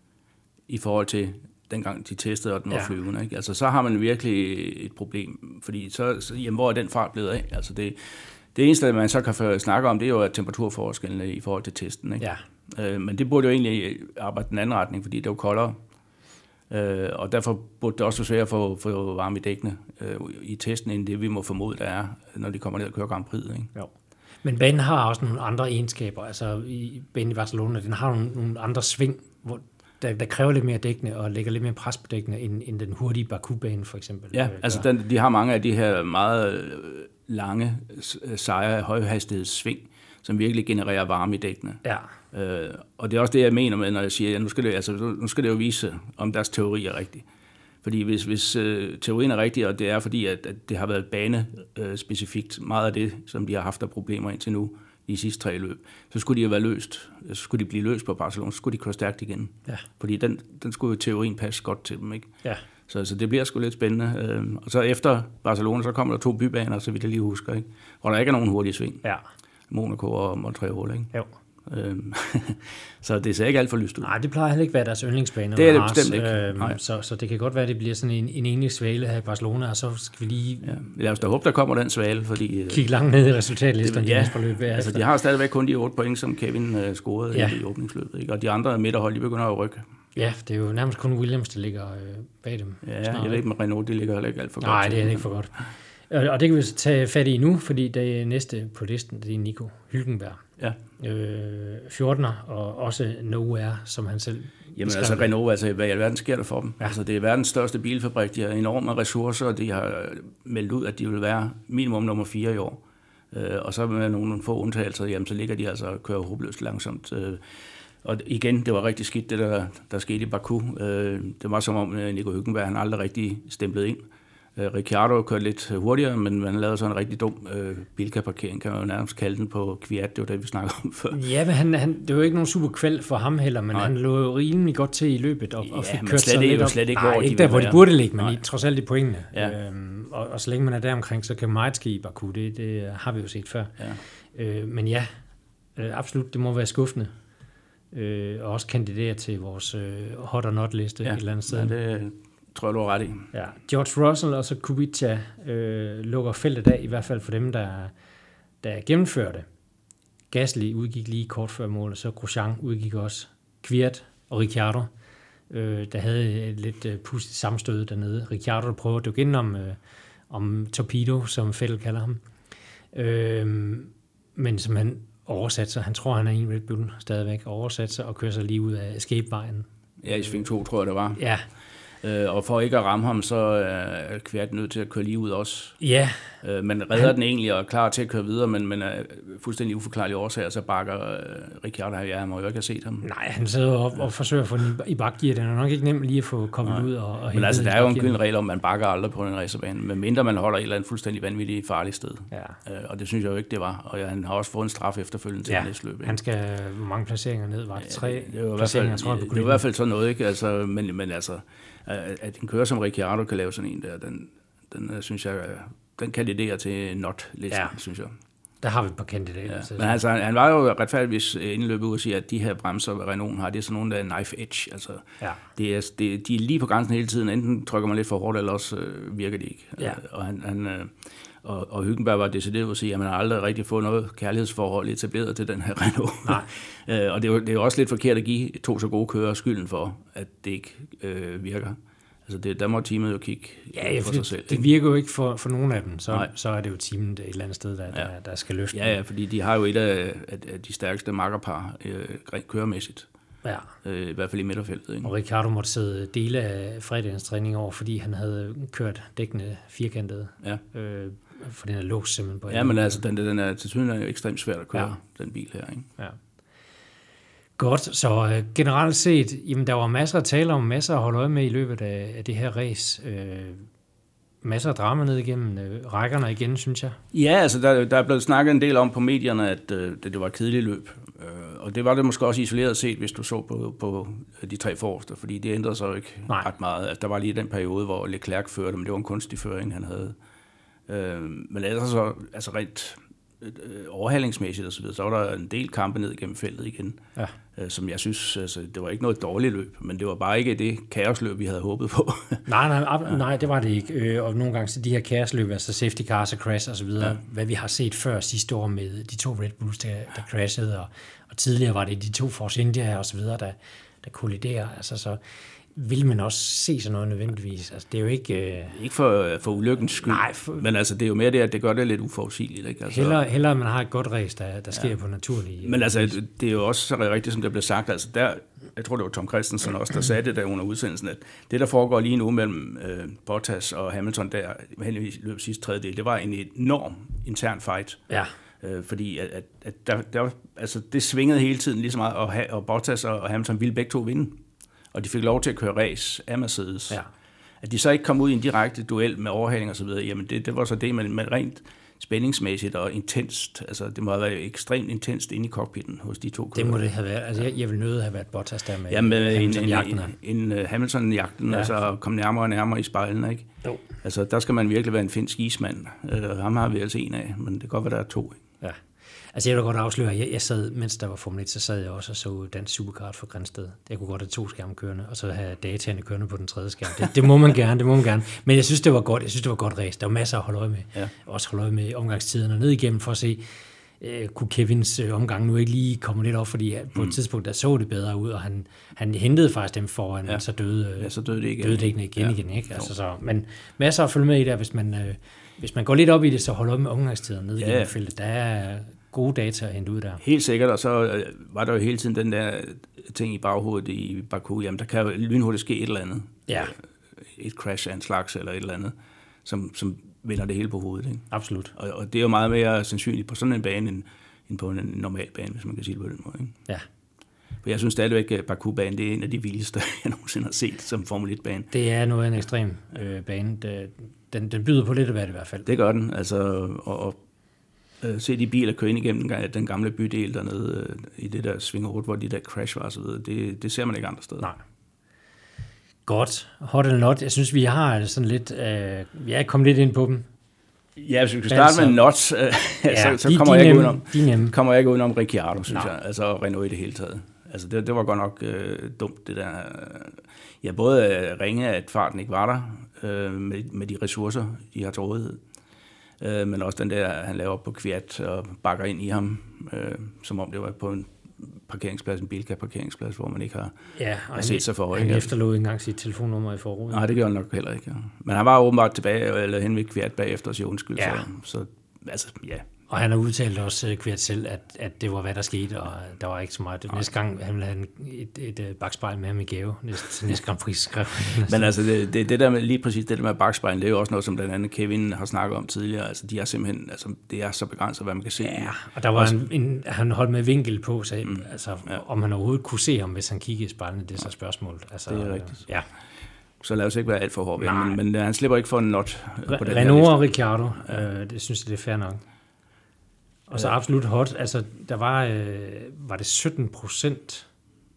i forhold til dengang de testede, og den var ja. flyvende, ikke? Altså så har man virkelig et problem, fordi så, så jamen, hvor er den fart blevet af? Altså det, det eneste, man så kan snakke om, det er jo temperaturforskellene i forhold til testen, ikke? Ja. Øh, men det burde jo egentlig arbejde den anden retning, fordi det er jo koldere. Øh, og derfor burde det også være svært at få, få varme i dækkene øh, i testen, end det vi må formode, der er, når de kommer ned og kører Grand Prix. Ikke? Jo. Men banen har også nogle andre egenskaber. Altså i banen i Barcelona, den har nogle, nogle andre sving, hvor der, der kræver lidt mere dækkende og lægger lidt mere pres på dækkende, end, end den hurtige Baku-bane for eksempel. Ja, altså den, de har mange af de her meget lange, seje, højhastighedssving, som virkelig genererer varme i dækkene. Ja. Øh, og det er også det, jeg mener med, når jeg siger, at nu skal det, altså, nu skal det jo vise, om deres teori er rigtig. Fordi hvis, hvis øh, teorien er rigtig, og det er fordi, at, at det har været banespecifikt, øh, meget af det, som de har haft af problemer indtil nu, de sidste tre løb, så skulle de jo være løst. Så skulle de blive løst på Barcelona, så skulle de køre stærkt igen. Ja. Fordi den, den skulle jo teorien passe godt til dem, ikke? Ja. Så, så det bliver sgu lidt spændende. Øh, og så efter Barcelona, så kommer der to bybaner, så vidt jeg lige husker, ikke? Hvor der ikke er nogen hurtige sving. Ja. Monaco og Montreal, ikke? Jo. Øhm, så det ser ikke alt for lyst ud. Nej, det plejer heller ikke at være deres yndlingsbane. Det er det bestemt ikke. Øhm, så, så det kan godt være, at det bliver sådan en, en enlig svale her i Barcelona, og så skal vi lige... Ja, lad os da håbe, der kommer den svale, fordi... Kig langt ned i resultatlisten. Ja, altså de har stadigvæk kun de otte point, som Kevin uh, scorede ja. i åbningsløbet, ikke? Og de andre midterhold, de begynder at rykke. Ja, det er jo nærmest kun Williams, der ligger øh, bag dem. Ja, snart. Jeg ved ikke, med Renault, de ligger heller ikke alt for godt. Nej, det er ikke for godt. Og det kan vi så tage fat i nu, fordi det næste på listen, det er Nico Hülkenberg. Ja. Øh, fjortener, og også Nowhere, som han selv Jamen beskrev. Altså Renault, altså hvad i alverden sker der for dem? Ja. Altså det er verdens største bilfabrik, de har enorme ressourcer, og de har meldt ud, at de vil være minimum nummer fire i år. Øh, og så med nogle få undtagelser, jamen så ligger de altså og kører håbløst langsomt. Øh, og igen, det var rigtig skidt, det der, der skete i Baku. Øh, det var som om Nico Hülkenberg, han aldrig rigtig stemplet ind. Ricciardo kørte lidt hurtigere, men man lavede så en rigtig dum øh, bilkaparkering, kan man jo nærmest kalde den på Kvyat, det var det, vi snakkede om før. Ja, men han, han, det var ikke nogen super kvæld for ham heller, men Nej. han lå jo rimelig godt til i løbet, og, ja, og fik kørt sig lidt op. Slet ikke, Nej, hvor ikke de der, hvor de burde ligge, men Nej. i, trods alt i pointene. Ja. Øhm, og, og så længe man er der omkring, så kan meget ske i Baku, det, det har vi jo set før. Ja. Øh, men ja, øh, absolut, det må være skuffende. Øh, og også kandidere til vores øh, hot or not liste ja. et eller andet sted. Ja, det tror jeg, du har ret i. Ja. George Russell og så Kubica øh, lukker feltet af, i hvert fald for dem, der, der gennemførte. Gasly udgik lige kort før målet, så Grosjean udgik også. Kvyat og Ricciardo, øh, der havde et lidt øh, pudsigt sammenstød dernede. Ricciardo prøver at dykke ind om, øh, om Torpedo, som Vettel kalder ham. Øh, men som han oversat sig, han tror, han er en Red Bull stadigvæk, oversat sig og kører sig lige ud af escape-vejen. Ja, i sving to, tror jeg, det var. Ja. Øh, og for ikke at ramme ham, så er Kvyat nødt til at køre lige ud også. Ja. Øh, man redder han... den egentlig og er klar til at køre videre, men, men er fuldstændig uforklarlig årsager, så bakker øh, Ricciardo her. Ja, han må jo ikke have set ham. Nej, han sidder og, og forsøger at få den i bakgear. Det er nok ikke nemt lige at få kommet Nej. ud og, og men altså, der er jo en gylden regel om, at man bakker aldrig på en racerbane, medmindre man holder et eller andet fuldstændig vanvittigt farligt sted. Ja. Øh, og det synes jeg jo ikke, det var. Og ja, han har også fået en straf efterfølgende til ja. næste løb. Ikke? Han skal hvor mange placeringer ned? Var det tre ja, det, det placeringer, tror jeg, det, det er i hvert fald sådan noget, ikke? Altså, men, men altså, at en kører som Ricciardo kan lave sådan en der, den, den synes jeg, den kandiderer til not-listen, ja. synes jeg. Der har vi et par kandidater. Ja. Men altså, han var jo retfærdigvis indløbet ud og sige, at de her bremser, Renault har, det er sådan nogle, der er knife edge. Altså, ja. det er, det, de er lige på grænsen hele tiden. Enten trykker man lidt for hårdt, eller også øh, virker de ikke. Ja. Og, han, han, øh, og, og Hülkenberg var decideret at sige, at man har aldrig rigtig fået noget kærlighedsforhold etableret til den her Renault. Nej. Og det er, jo, det er jo også lidt forkert at give to så gode kører skylden for, at det ikke øh, virker. Altså det, der må teamet jo kigge ja, for sig selv. Det virker jo ikke for, for nogen af dem, så, så er det jo teamet et eller andet sted, der, ja. der, der skal løfte. Ja, ja, fordi de har jo et af, af de stærkeste makkerpar øh, køremæssigt. Ja. Øh, I hvert fald i midterfeltet. Ikke? Og Ricciardo måtte sidde dele af fredagens træning over, fordi han havde kørt dækkende firkantet. Ja. Øh, for den er låst simpelthen på. Ja, men altså, den, den er til syden er ekstremt svært at køre, ja. den bil her. Ikke? Ja. Godt, så øh, generelt set, jamen, der var masser at tale om, masser at holde øje med i løbet af, af det her race. Øh, masser af drama ned igennem øh, rækkerne igen, synes jeg. Ja, altså der, der er blevet snakket en del om på medierne, at øh, det, det var et kedeligt løb. Øh, og det var det måske også isoleret set, hvis du så på, på de tre forreste, fordi det ændrede sig jo ikke Nej. ret meget. Altså, der var lige den periode, hvor Leclerc førte, men det var en kunstig føring, han havde. Øh, men ellers så, altså rent overhalingsmæssigt og så videre, så var der en del kampe ned igennem feltet igen, ja. øh, som jeg synes, altså, det var ikke noget dårligt løb, men det var bare ikke det kaosløb, vi havde håbet på. nej, nej, ab- nej, det var det ikke. Øh, og nogle gange så de her kaosløb, altså safety cars og crash og så videre, ja. hvad vi har set før sidste år med de to Red Bulls, der, der crashede, og, og tidligere var det de to Force India og så videre, der, der kolliderer. Altså, så vil man også se sådan noget nødvendigvis. Altså, det er jo ikke... Øh... Ikke for, for ulykkens skyld, Nej, for... men altså, det er jo mere det, at det gør det lidt uforudsigeligt. Ikke? Altså... Hellere, hellere man har et godt race, der, der sker ja. på naturlige... Men altså, det er jo også så rigtigt, som det blev sagt. Altså, der, jeg tror, det var Tom Christensen også, der sagde det der under udsendelsen, at det, der foregår lige nu mellem øh, Bottas og Hamilton, der heldigvis løb sidste tredjedel, det var en enorm intern fight. Ja. Øh, fordi at, at, at der, der, altså, det svingede hele tiden lige så meget, og, og Bottas og Hamilton ville begge to vinde. Og de fik lov til at køre race af Mercedes. Ja. At de så ikke kom ud i en direkte duel med overhaling og så videre, jamen det, det var så det, men, men rent spændingsmæssigt og intenst, altså det må have været ekstremt intenst inde i cockpitten hos de to kører. Det må det have været. Altså jeg, jeg vil nødt have været Bottas der med, ja, med Hamilton-jagten. En, en, en Hamilton-jagten, ja. Altså komme nærmere og nærmere i spejlene, ikke? Jo. Altså der skal man virkelig være en finsk ismand. Uh, ham har vi altså en af, men det kan godt være, der er to, ikke? Ja. Altså jeg vil godt afsløre, jeg, jeg sad, mens der var Formel et, så sad jeg også og så Dansk Superkart for Grænsted. Jeg kunne godt have to skærme kørende, og så have dataene kørende på den tredje skærm. Det, det må man gerne, det må man gerne. Men jeg synes, det var godt. Jeg synes, det var godt race. Der var masser at holde øje med. Ja. Også holde øje med omgangstiderne ned igennem for at se, øh, kunne Kevins øh, omgang nu ikke lige komme lidt op, fordi på et mm. tidspunkt, der så det bedre ud, og han, han hentede faktisk dem foran, ja. så døde, øh, ja, så døde det igen. Døde det igen, igen, ja. igen ikke? Altså, så, men masser at følge med i der, hvis man, øh, hvis man går lidt op i det, så hold øje med omgangstiderne ned igennem ja. feltet. Der er gode data at hente ud der. Helt sikkert, og så var der jo hele tiden den der ting i baghovedet i Baku, jamen der kan jo lynhurtigt ske et eller andet. Ja. Et crash af en slags eller et eller andet, som, som vender det hele på hovedet. Ikke? Absolut. Og, og det er jo meget mere sandsynligt på sådan en bane, end, end på en normal bane, hvis man kan sige det på den måde. Ikke? Ja. For jeg synes stadigvæk, at Baku-banen, det er en af de vildeste, jeg nogensinde har set som Formel et-bane. Det er noget af en ekstrem øh, bane. Den, den byder på lidt af hvert i hvert fald. Det gør den, altså, og, og se de biler køre ind igennem den gamle bydel dernede i det der svingerut, hvor de der crash var og så videre. Det, det ser man ikke andre steder. Nej. Godt. Hot eller not. Jeg synes, vi har sådan lidt... Øh, vi er kommet lidt ind på dem. Ja, hvis vi skal starte altså, med not, øh, ja, så, så de, kommer, de jeg nem, udenom, kommer jeg ikke udenom Ricciardo, synes Nej. jeg. Altså Renault i det hele taget. Altså det, det var godt nok øh, dumt, det der. Ja, både at ringe, at farten ikke var der, øh, med, med de ressourcer, de har til rådighed. Men også den der, han laver op på Kviat og bakker ind i ham, øh, som om det var på en parkeringsplads, en Bilka-parkeringsplads, hvor man ikke har, ja, har set sig for. Han efterlod ikke engang sit telefonnummer i forruden. Nej, det gjorde han nok heller ikke. Ja. Men han var åbenbart tilbage, eller hen ved Kviat bagefter og siger undskyld. Ja. Så, så altså, ja. Og han har udtalt også Kviat selv, at, at det var, hvad der skete, og der var ikke så meget. Næste gang han ville have et, et, et bakspejl med ham i gave, næste, næste Grand Prix skrev. Men altså, det, det, det der med, lige præcis det der med bakspejlen, det er jo også noget, som blandt andet Kevin har snakket om tidligere. Altså, de er simpelthen, altså, det er så begrænset, hvad man kan se. Ja, og der var også, en, en, han holdt med vinkel på, så mm, altså, ja. om han overhovedet kunne se ham, hvis han kiggede i spejlene, det er så spørgsmål. Altså, det er rigtigt. Ja. Så lad os ikke være alt for hård, men, men han slipper ikke for en not på den Renault og Ricciardo, ja. øh, det synes jeg, det er fair nok. Og så absolut hot, altså der var, øh, var det sytten procent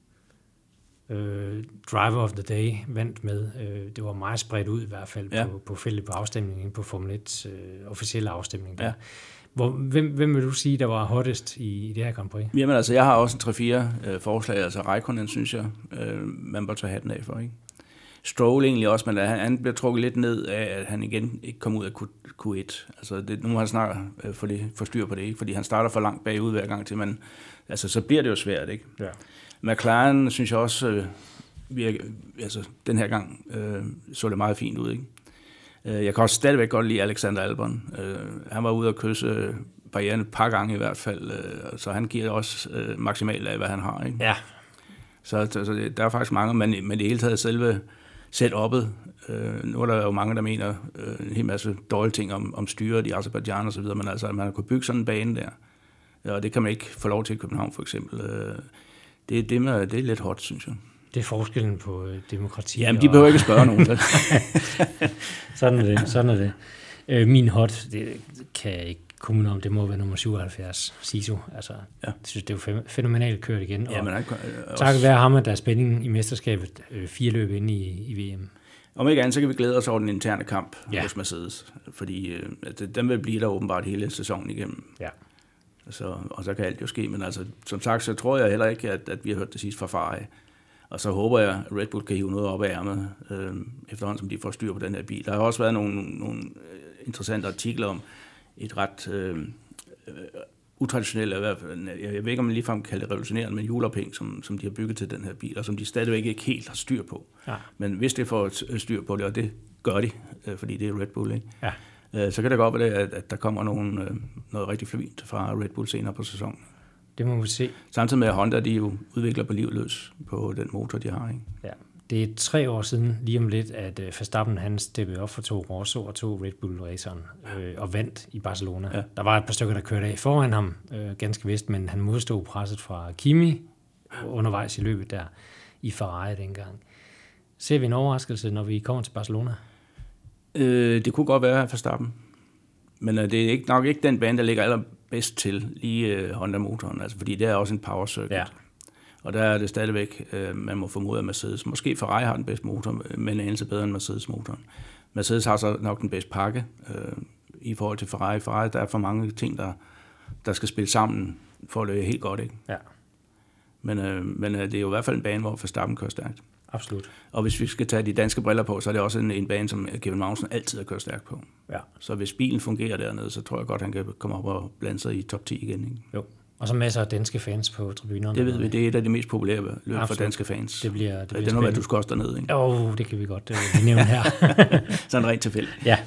øh, driver of the day vandt med. Øh, det var meget spredt ud i hvert fald ja. på, på feltet på afstemningen, på Formel et øh, officielle afstemning. Der. Ja. Hvor, hvem, hvem vil du sige, der var hottest i, i det her Grand Prix? Jamen altså, jeg har også en tre fire øh, forslag, altså Raikkonen, synes jeg, øh, man bør tage hatten af for, ikke? Stroll egentlig også, men han, han bliver trukket lidt ned af, at han igen ikke kom ud af Q et. Altså det, nu må han snart øh, få, det, få styr på det, ikke? Fordi han starter for langt bagud hver gang til, men altså, så bliver det jo svært, ikke? Ja. McLaren, synes jeg også, øh, virke, altså, den her gang øh, så det meget fint ud, ikke? Øh, jeg kan også stadigvæk godt lide Alexander Albon. Øh, han var ude at kysse barrieren et par gange i hvert fald, øh, så han giver også øh, maksimalt af, hvad han har, ikke? Ja. Så, så, så der er faktisk mange, men, men det hele taget selve setup'et. Øh, nu er der jo mange, der mener øh, en hel masse dårlige ting om, om styret i Azerbaijan og så videre, men altså, man har kunnet bygge sådan en bane der, og det kan man ikke få lov til i København, for eksempel. Øh, det, det, med, det er lidt hot, synes jeg. Det er forskellen på øh, demokrati. Jamen, de behøver og... ikke spørge nogen. sådan er det, sådan er det. Øh, min hot, det kan jeg ikke komme om, det må være nummer syvoghalvfjerds, Sisu. Altså, ja. Jeg synes, det er jo fænomenalt kørt igen. Ja, men han, også... takket være ham, at der er spænding i mesterskabet, øh, fire løb inde i, i V M. Om ikke andet, så kan vi glæde os over den interne kamp ja. hos Mercedes, fordi øh, den vil blive der åbenbart hele sæsonen igennem. Ja. Så, og så kan alt jo ske, men altså, som sagt, så tror jeg heller ikke, at, at vi har hørt det sidst fra Ferrari. Og så håber jeg, at Red Bull kan hive noget op af ærmet, øh, efterhånden som de får styr på den her bil. Der har også været nogle, nogle interessante artikler om et ret øh, utraditionelle, i hvert fald, jeg ved ikke, om man ligefrem kan kalde det revolutionerende, men juleophæng, som, som de har bygget til den her bil, og som de stadigvæk ikke helt har styr på. Ja. Men hvis det får styr på det, og det gør de, fordi det er Red Bull, ikke? Ja. Så kan det godt være, at, at der kommer nogen, noget rigtig fint fra Red Bull senere på sæsonen. Det må vi se. Samtidig med, at Honda de jo udvikler på liv løs på den motor, de har. Ikke? Ja. Det er tre år siden, lige om lidt, at Verstappen han steppede op for to Rosso og to Red Bull-raceren øh, og vandt i Barcelona. Ja. Der var et par stykker, der kørte af foran ham, øh, ganske vist, men han modstod presset fra Kimi undervejs i løbet der i Ferrari dengang. Ser vi en overraskelse, når vi kommer til Barcelona? Øh, det kunne godt være Verstappen. Men øh, det er ikke, nok ikke den bane, der ligger allerbedst til, lige øh, Honda-motoren, altså, fordi det er også en power circuit. Ja. Og der er det stadigvæk, øh, man må formode, at Mercedes, måske Ferrari har den bedste motor, men en anelse bedre end Mercedes-motoren. Mercedes har så nok den bedste pakke øh, i forhold til Ferrari. Ferrari, der er for mange ting, der, der skal spille sammen, for at løbe helt godt, ikke? Ja. Men, øh, men øh, det er jo i hvert fald en bane, hvor Verstappen kører stærkt. Absolut. Og hvis vi skal tage de danske briller på, så er det også en, en bane, som Kevin Magnussen altid har kørt stærkt på. Ja. Så hvis bilen fungerer dernede, så tror jeg godt, han kan komme op og blande sig i top ti igen. Ikke? Jo. Og så masser af danske fans på tribunerne. Det ved vi, det er et af de mest populære løb for danske fans. Det bliver, det bliver det er noget, du skal også derned, ikke? Åh, oh, det kan vi godt uh, nævne her. Sådan rent tilfælde. Ja.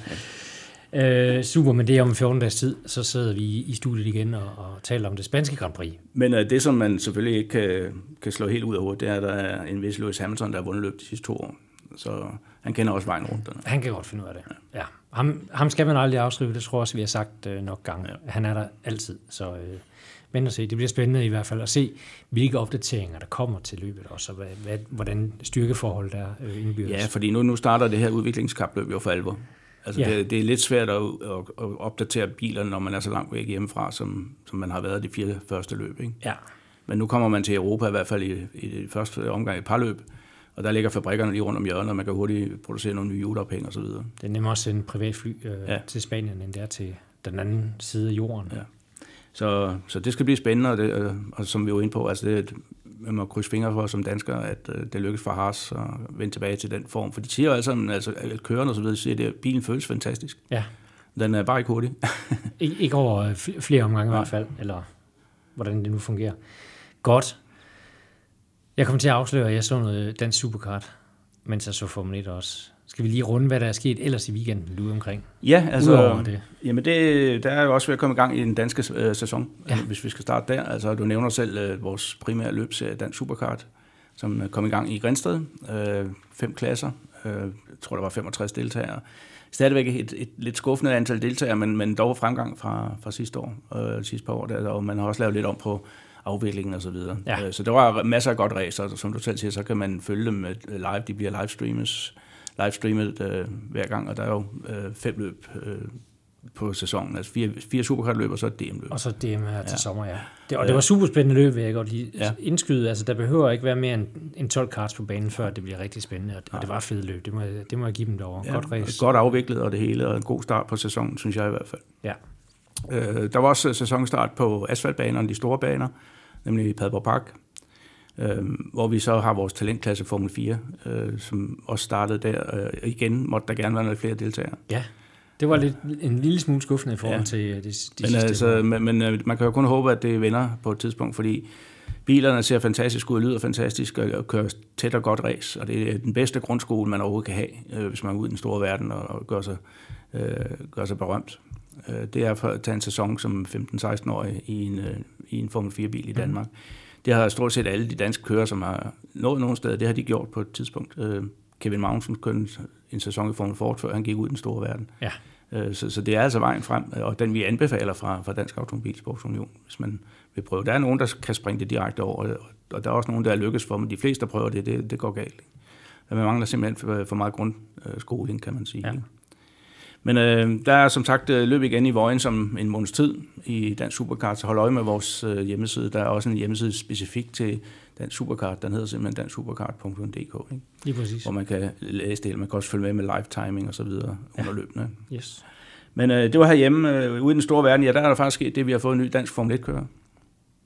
Uh, super, men det er om fjorten dages tid, så sidder vi i studiet igen og, og taler om det spanske Grand Prix. Men uh, det, som man selvfølgelig ikke kan, kan slå helt ud af hovedet, det er, at der er en vis Lewis Hamilton, der har vundet løb de sidste to år. Så han kender også vejen rundt. Dernede. Han kan godt finde ud af det. Ja. Ja. Ham, ham skal man aldrig afskrive, det tror jeg også, vi har sagt uh, nok gange. Ja. Han er der altid, så... Uh, Men at se. Det bliver spændende i hvert fald at se, hvilke opdateringer der kommer til løbet også, og hvad, hvad, hvordan styrkeforholdet er øh, indbyrdes. Ja, fordi nu, nu starter det her udviklingskapløb jo for alvor. Altså ja. det, det er lidt svært at, at, at opdatere bilerne, når man er så langt væk hjemmefra, som, som man har været de fire første løb. Ikke? Ja. Men nu kommer man til Europa, i hvert fald i, i det første omgang i parløb, og der ligger fabrikkerne lige rundt om hjørnet, og man kan hurtigt producere nogle nye juleophæng og så videre. Det er nemmere at sende privatfly øh, ja. til Spanien, end det er til den anden side af jorden. Ja. Så, så det skal blive spændende, og, det, og, og som vi er jo inde på, altså det, man må krydse fingre for som dansker, at uh, det lykkes for Haas at vende tilbage til den form. For de siger jo alle sammen, altså at kørende og så videre, siger, at bilen føles fantastisk. Ja. Den er bare ikke hurtig. Ik- ikke over flere omgange i hvert fald, eller hvordan det nu fungerer. Godt. Jeg kom til at afsløre, at jeg så noget dansk superkart, mens jeg så Formel et også. Skal vi lige runde, hvad der er sket ellers i weekenden ude omkring? Ja, altså, det. Jamen det, der er jo også ved at komme i gang i den danske øh, sæson, ja. Hvis vi skal starte der. Altså, du nævner selv øh, vores primære løbserie, Dansk Superkart, som kom i gang i Grindsted. Øh, fem klasser. Øh, jeg tror, der var femogtres deltagere. Stadigvæk et, et lidt skuffende antal deltagere, men, men dog fremgang fra, fra sidste år, øh, sidste par år. Der, og man har også lavet lidt om på afviklingen og så videre. Ja. Øh, så der var masser af godt race, og som du selv siger, så kan man følge dem live. De bliver livestreames. livestreamet øh, hver gang, og der er jo øh, fem løb øh, på sæsonen. Altså fire, fire superkartløb, og så et D M-løb. Og så D M her til ja. sommer, ja. Det, og det var super spændende løb, vil jeg godt lige ja. indskyde. Altså, der behøver ikke være mere end, end tolv karts på banen, før det bliver rigtig spændende, og, og det var et fedt løb. Det må, det må jeg give dem derovre. Ja, godt race. Godt afviklet og det hele, og en god start på sæsonen, synes jeg i hvert fald. Ja. Øh, der var også sæsonstart på asfaltbanerne, de store baner, nemlig i Padborg Park. Øh, hvor vi så har vores talentklasse Formel fire, øh, som også startede der. Øh, igen måtte der gerne være noget flere deltagere. Ja, det var lidt, en lille smule skuffende i forhold ja. til de, de men, sidste altså, men, men man kan jo kun håbe, at det vender på et tidspunkt, fordi bilerne ser fantastisk ud, lyder fantastisk og, og kører tæt og godt race, og det er den bedste grundskole, man overhovedet kan have, øh, hvis man er ude i den store verden og, og gør, sig, øh, gør sig berømt. Øh, det er for at tage en sæson som femten-seksten-årig i en, øh, i en Formel fire-bil i Danmark. Mm. Det har stort set alle de danske kører, som har nået nogle steder, det har de gjort på et tidspunkt. Øh, Kevin Magnussen kørte en sæson i Formel Ford, før han gik ud i den store verden. Ja. Øh, så, så det er altså vejen frem, og den vi anbefaler fra, fra Dansk Automobilsportsunion, hvis man vil prøve. Der er nogen, der kan springe det direkte over, og der er også nogen, der er lykkes for, men de fleste, der prøver det, det, det går galt. Der mangler simpelthen for, for meget grundskoling, kan man sige. Ja. Men øh, der er som sagt løb igen i Vojens om en måneds tid i Dansk Superkart, så hold øje med vores øh, hjemmeside. Der er også en hjemmeside specifik til Dansk Superkart, den hedder simpelthen dansk superkart punktum d k, ikke? Lige præcis. Hvor man kan læse det, man kan også følge med med live timing og så videre ja. under løbene. Yes. Men øh, det var herhjemme, øh, ude i den store verden, ja, der er der faktisk sket det, vi har fået en ny dansk Formel et-kører.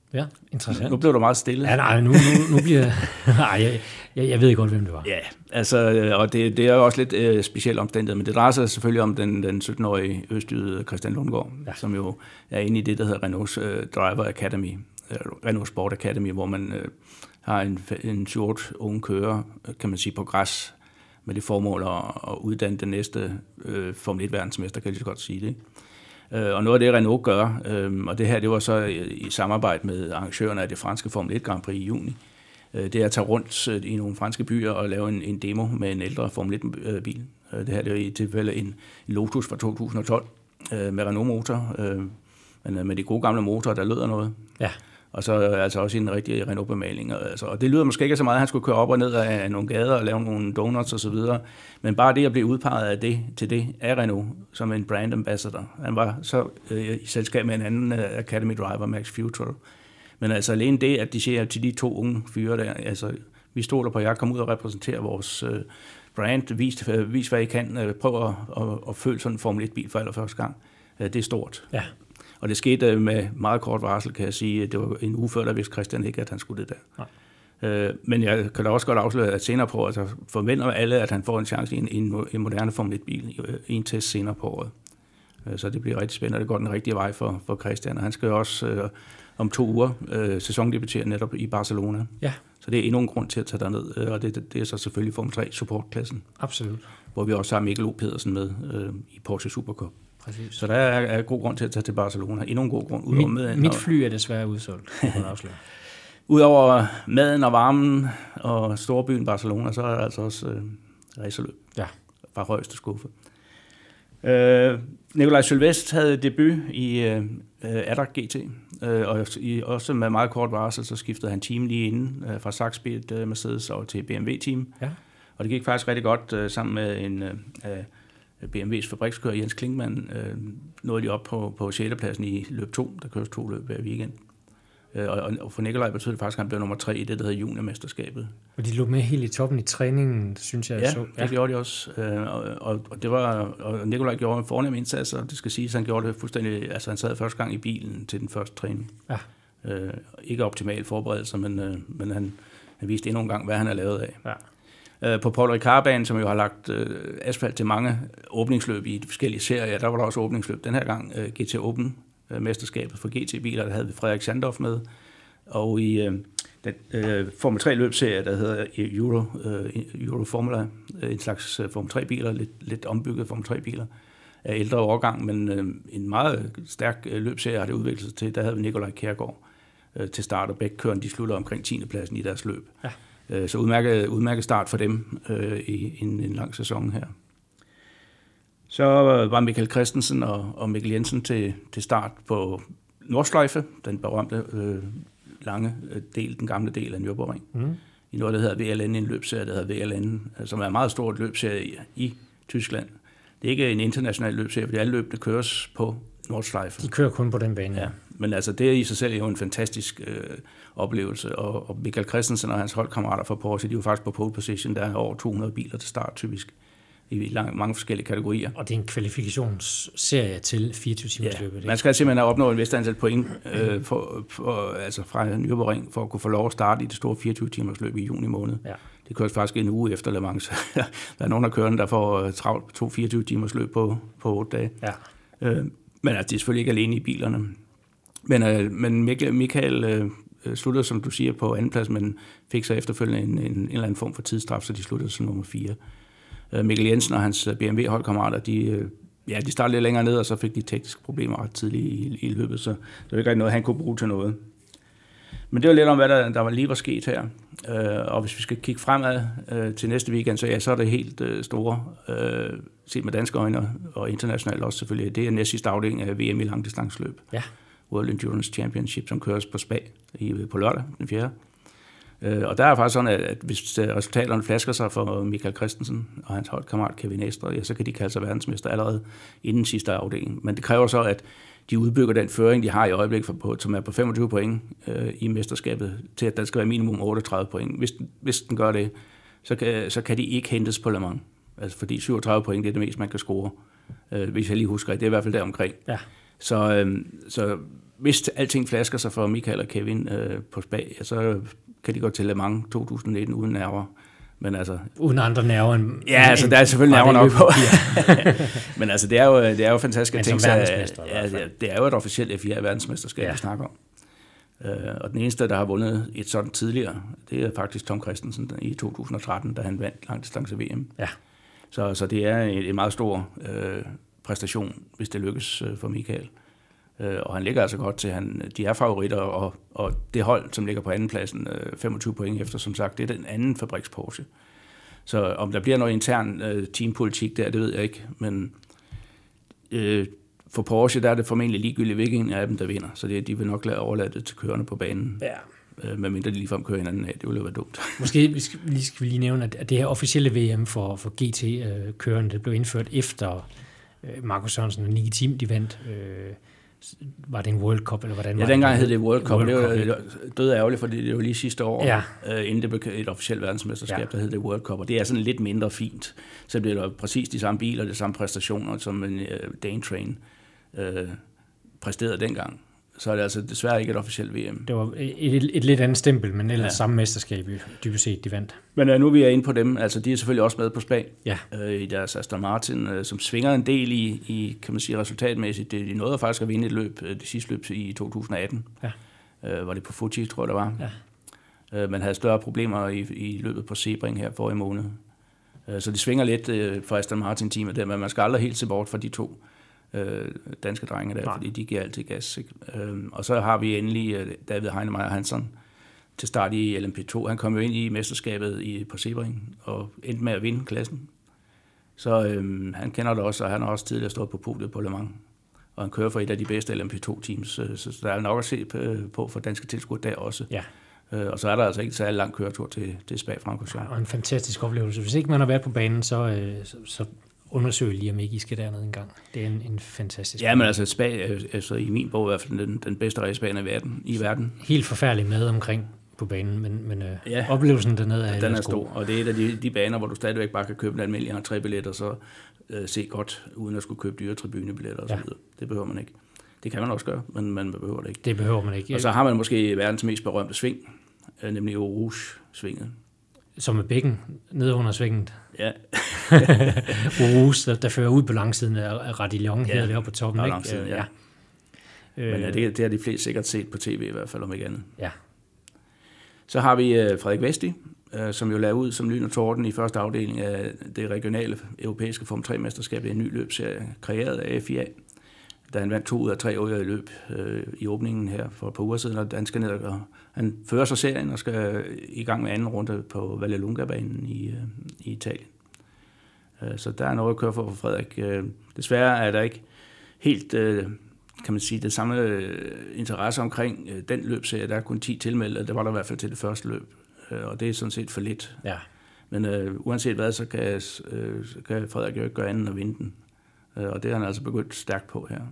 Ja, interessant. Nu blev du meget stille. Ja, nej, nu, nu, nu bliver nej, jeg, jeg, jeg ved godt, hvem det var. Ja, altså, og det, det er jo også lidt øh, specielt omstændighed, men det drejer sig selvfølgelig om den, den sytten-årige østjyde Christian Lundgaard, ja. som jo er inde i det, der hedder Renaults øh, Driver Academy, øh, Renault Sport Academy, hvor man øh, har en, en syv-otte unge kører, kan man sige, på græs, med det formål at, at uddanne den næste øh, Formel et-verdensmester, kan jeg lige så godt sige det. Og noget af det, Renault gør, øh, og det her, det var så i, i samarbejde med arrangørerne af det franske Formel et Grand Prix i juni, øh, det er at tage rundt øh, i nogle franske byer og lave en, en demo med en ældre Formel et-bil. Øh, det her det er i tilfælde en Lotus fra to tusind og tolv øh, med Renault-motor, øh, men med de gode gamle motorer, der lyder noget. Ja. Og så altså også i en rigtig Renault-bemaling. Altså, og det lyder måske ikke så meget, at han skulle køre op og ned af nogle gader og lave nogle donuts og så videre. Men bare det at blive udpeget af det til det af Renault som en brand ambassador. Han var så øh, i selskab med en anden uh, Academy driver, Max Futrell. Men altså alene det, at de siger til de to unge fyre der, altså vi stoler på, at jeg kommer ud og repræsenterer vores uh, brand, vis, uh, vis hvad I kan, uh, prøv at, at, at føle sådan en Formel et-bil for allerførste gang. Uh, det er stort. Ja. Og det skete med meget kort varsel, kan jeg sige. Det var en uge før, der vidste Christian ikke, at han skulle det der. Øh, men jeg kan da også godt afsløre, at senere på året, så forventer alle, at han får en chance i en, en, en moderne Formel et-bil i en test senere på året. Øh, så det bliver rigtig spændende, og det går den rigtige vej for, for Christian. Og han skal jo også øh, om to uger øh, sæsondebutere netop i Barcelona. Ja. Så det er endnu en grund til at tage derned, og det, det, det er så selvfølgelig Formel tre supportklassen. Absolut. Hvor vi også har Mikkel O. Pedersen med øh, i Porsche Supercup. Præcis. Så der er, er god grund til at tage til Barcelona. Endnu en god grund. Mit, med, mit fly er desværre udsolgt. Udover maden og varmen og storbyen Barcelona, så er der altså også øh, racerløb ja. fra højeste skuffe. Øh, Nikolaj Sylvest havde debut i øh, A D A C G T, øh, og i, også med meget kort varsel, så skiftede han team lige inden øh, fra Sachs Speed øh, Mercedes og til B M W-team. Ja. Og det gik faktisk rigtig godt øh, sammen med en øh, B M W's fabrikskører Jens Klingmann, øh, nåede de op på, på sjette pladsen i løb to, der køres to løb hver weekend. Øh, og, og for Nikolaj betød det faktisk, at han blev nummer tre i det, der hedder juniormesterskabet. Og de lå med helt i toppen i træningen, synes jeg. Ja, så. Ja, det gjorde de også. Øh, og, og, og, det var, og Nikolaj gjorde en fornem indsats, og det skal siges, at han gjorde det fuldstændig, altså han sad første gang i bilen til den første træning. Ja. Øh, ikke optimal forberedelse, men, øh, men han, han viste endnu en gang, hvad han er lavet af. Ja. På Paul Ricard-banen, som jo har lagt øh, asfalt til mange åbningsløb i de forskellige serier, der var der også åbningsløb. Den her gang øh, G T Open-mesterskabet for G T-biler, der havde vi Frederik Sandhoff med. Og i øh, den øh, Formel tre-løbserie, der hedder Euro, øh, Euro Formula, øh, en slags øh, Formel tre-biler, lidt, lidt ombygget Formel tre-biler af ældre årgang, men øh, en meget stærk øh, løbserie har det udviklet sig til. Der havde vi Nikolaj Kjærgaard øh, til start, og begge køren, de slutter omkring tiende pladsen i deres løb. Ja. Så udmærket, udmærket start for dem øh, i en, en lang sæson her. Så var Michael Christensen og, og Mikkel Jensen til, til start på Nordschleife, den berømte øh, lange del, den gamle del af Nürburgring. Mm. I noget, der hedder V L N, en løbserie, der hedder V L N, som er en meget stort løbserie i, i Tyskland. Det er ikke en international løbserie, fordi alle løbene køres på Nordschleife. De kører kun på den bane. Ja, men altså det i sig selv er jo en fantastisk øh, oplevelse, og, og Michael Christensen og hans holdkammerater fra Porsche, de er jo faktisk på pole position, der er over to hundrede biler til start typisk, i lang, mange forskellige kategorier. Og det er en kvalifikationsserie til fireogtyve timers løbet. Ja, man skal simpelthen have opnået en vist antal point øh, for, for, altså fra Nürburgring for at kunne få lov at starte i det store fireogtyve timers løb i juni måned. Ja. Det køres faktisk en uge efter Le Mans. Der er nogle af kørende, der får travlt to fireogtyve timers løb på, på otte dage. Ja. Øh, men altså, det er selvfølgelig ikke alene i bilerne. Men, øh, men Michael, Michael øh, sluttede, som du siger, på anden plads, men fik så efterfølgende en, en, en eller anden form for tidsstraf, så de sluttede som nummer fire. Øh, Mikkel Jensen og hans B M W-holdkammerater, de, øh, ja, de startede lidt længere ned, og så fik de tekniske problemer ret tidligt i, i løbet, så det var ikke rigtig noget, han kunne bruge til noget. Men det var lidt om, hvad der, der var lige var sket her. Øh, og hvis vi skal kigge fremad øh, til næste weekend, så, ja, så er det helt øh, store, øh, set med danske øjne og internationalt også selvfølgelig, det er næst sidste afdeling af V M i langdistanceløb. Ja. World Endurance Championship, som køres på Spa i, på lørdag, den fjerde. Øh, og der er faktisk sådan, at hvis resultaterne flasker sig for Michael Christensen og hans holdkammerat Kevin Estre, ja, så kan de kalde sig verdensmester allerede inden sidste afdeling. Men det kræver så, at de udbygger den føring, de har i øjeblikket, på, som er på femogtyve point øh, i mesterskabet, til at der skal være minimum otteogtredive point. Hvis, hvis den gør det, så kan, så kan de ikke hentes på Le Mans. Altså fordi syvogtredive point, det er det mest, man kan score. Øh, hvis jeg lige husker, det er i hvert fald der omkring. Ja. Så, øh, så hvis alting flasker sig for Michael og Kevin øh, på spag, så kan de gå til Le Mans to tusind nitten uden nerver. Men altså, uden andre nerver end... Ja, altså der er selvfølgelig nerver nok på. Men altså, det er jo, det er jo fantastisk at tænke sig, ja, det er jo et officielt F I A-verdensmesterskab, ja. Vi snakker om. Uh, og den eneste, der har vundet et sådan tidligere, det er faktisk Tom Kristensen i to tusind og tretten, da han vandt langdistance V M. Ja. Så, så det er en, en meget stor uh, præstation, hvis det lykkes uh, for Michael. Uh, og han ligger altså godt til, han, de er favoritter, og, og det hold, som ligger på andenpladsen, uh, femogtyve point efter, som sagt, det er den anden fabriks Porsche. Så om der bliver noget intern uh, teampolitik der, det ved jeg ikke, men uh, for Porsche, der er det formentlig ligegyldigt, hvilken af dem, der vinder, så det, de vil nok lade overlade det til kørerne på banen. Ja. Uh, medmindre de ligefrem kører hinanden af, det ville jo være dumt. Måske vi skal, lige skal vi lige nævne, at det her officielle V M for, for G T-kørerne, det blev indført efter uh, Markus Sørensen og Nicky Thiem, de vandt. Uh, Var det en World Cup, eller hvordan ja, var det? Ja, dengang det? hed det World Cup. World det var, Cup, det var døde ærgerligt, fordi det var lige sidste år, ja. øh, inden det blev et officielt verdensmesterskab, ja. Der hed det World Cup, og det er sådan lidt mindre fint. Så bliver der præcis de samme biler, de samme præstationer, som en uh, Dane Train øh, præsterede dengang. Så er det altså desværre ikke et officielt V M. Det var et, et, et lidt andet stempel, men ellers ja. Samme mesterskab, dybest set, de vandt. Men uh, nu er vi inde på dem, altså de er selvfølgelig også med på spag ja. øh, i deres Aston Martin, øh, som svinger en del i, i, kan man sige, resultatmæssigt. De nåede faktisk at vinde et løb, det sidste løb i to tusind atten. Ja. Øh, var det på Fuji, tror jeg det var. Ja. Øh, man havde større problemer i, i løbet på Sebring her forrige måned. Øh, så de svinger lidt øh, for Aston Martin-teamet der, men man skal aldrig helt se bort fra de to Øh, danske drenge der, nej. Fordi de giver altid gas. Ikke? Øh, og så har vi endelig øh, David Heinemeier Hansson til start i L M P to. Han kom jo ind i mesterskabet i, på Sebring og endte med at vinde klassen. Så øh, han kender det også, og han har også tidligere stået på podiet på Le Mans. Og han kører for et af de bedste L M P to teams, så, så der er nok at se på for danske tilskuere der også. Ja. Øh, og så er der altså ikke så lang køretur til, til Spa-Francorchamps. Og en fantastisk oplevelse. Hvis ikke man har været på banen, så, øh, så, så undersøg lige, om ikke I skal dernede en gang. Det er en, en fantastisk... Ja, men altså Spa er altså, i min bog i hvert fald den, den bedste racebane i verden. I verden. Helt forfærdeligt med omkring på banen, men, men øh, ja, oplevelsen dernede er... Den er stor, og det er et af de, de baner, hvor du stadigvæk bare kan købe en almindelig entrébilletter, så øh, se godt, uden at skulle købe dyre tribunebilletter og ja. Så videre. Det behøver man ikke. Det kan man også gøre, men man behøver det ikke. Det behøver man ikke. Og så har man måske verdens mest berømte sving, øh, nemlig Eau Rouge-svinget. Som er bækken nede under svinget. Ja. Rouge, der, der fører ud på langsiden af Radillon, ja, hedder det oppe på toppen, ikke? Langsiden, ja. ja. Men ja, det, det har de fleste sikkert set på tv i hvert fald, om ikke andet. Ja. Så har vi uh, Frederik Vesti, uh, som jo lavede ud som lyn og torden i første afdeling af det regionale europæiske Formel tre-mesterskab i en ny løbsserie, kreeret af F I A, da han vandt to ud af tre år i løb uh, i åbningen her for et par uger siden, og han skal ned og han fører sig serien og skal i gang med anden runde på Vallelunga-banen i, uh, i Italien. Uh, så der er noget at køre for, for Frederik. Uh, desværre er der ikke helt... Uh, kan man sige, det samme øh, interesse omkring øh, den løbserie. Der er kun ti tilmeldte, det var der i hvert fald til det første løb, øh, og det er sådan set for lidt. Ja. Men øh, uanset hvad, så kan, øh, så kan Frederik jo ikke gøre andet end at vinde den, øh, og det har han altså begyndt stærkt på her.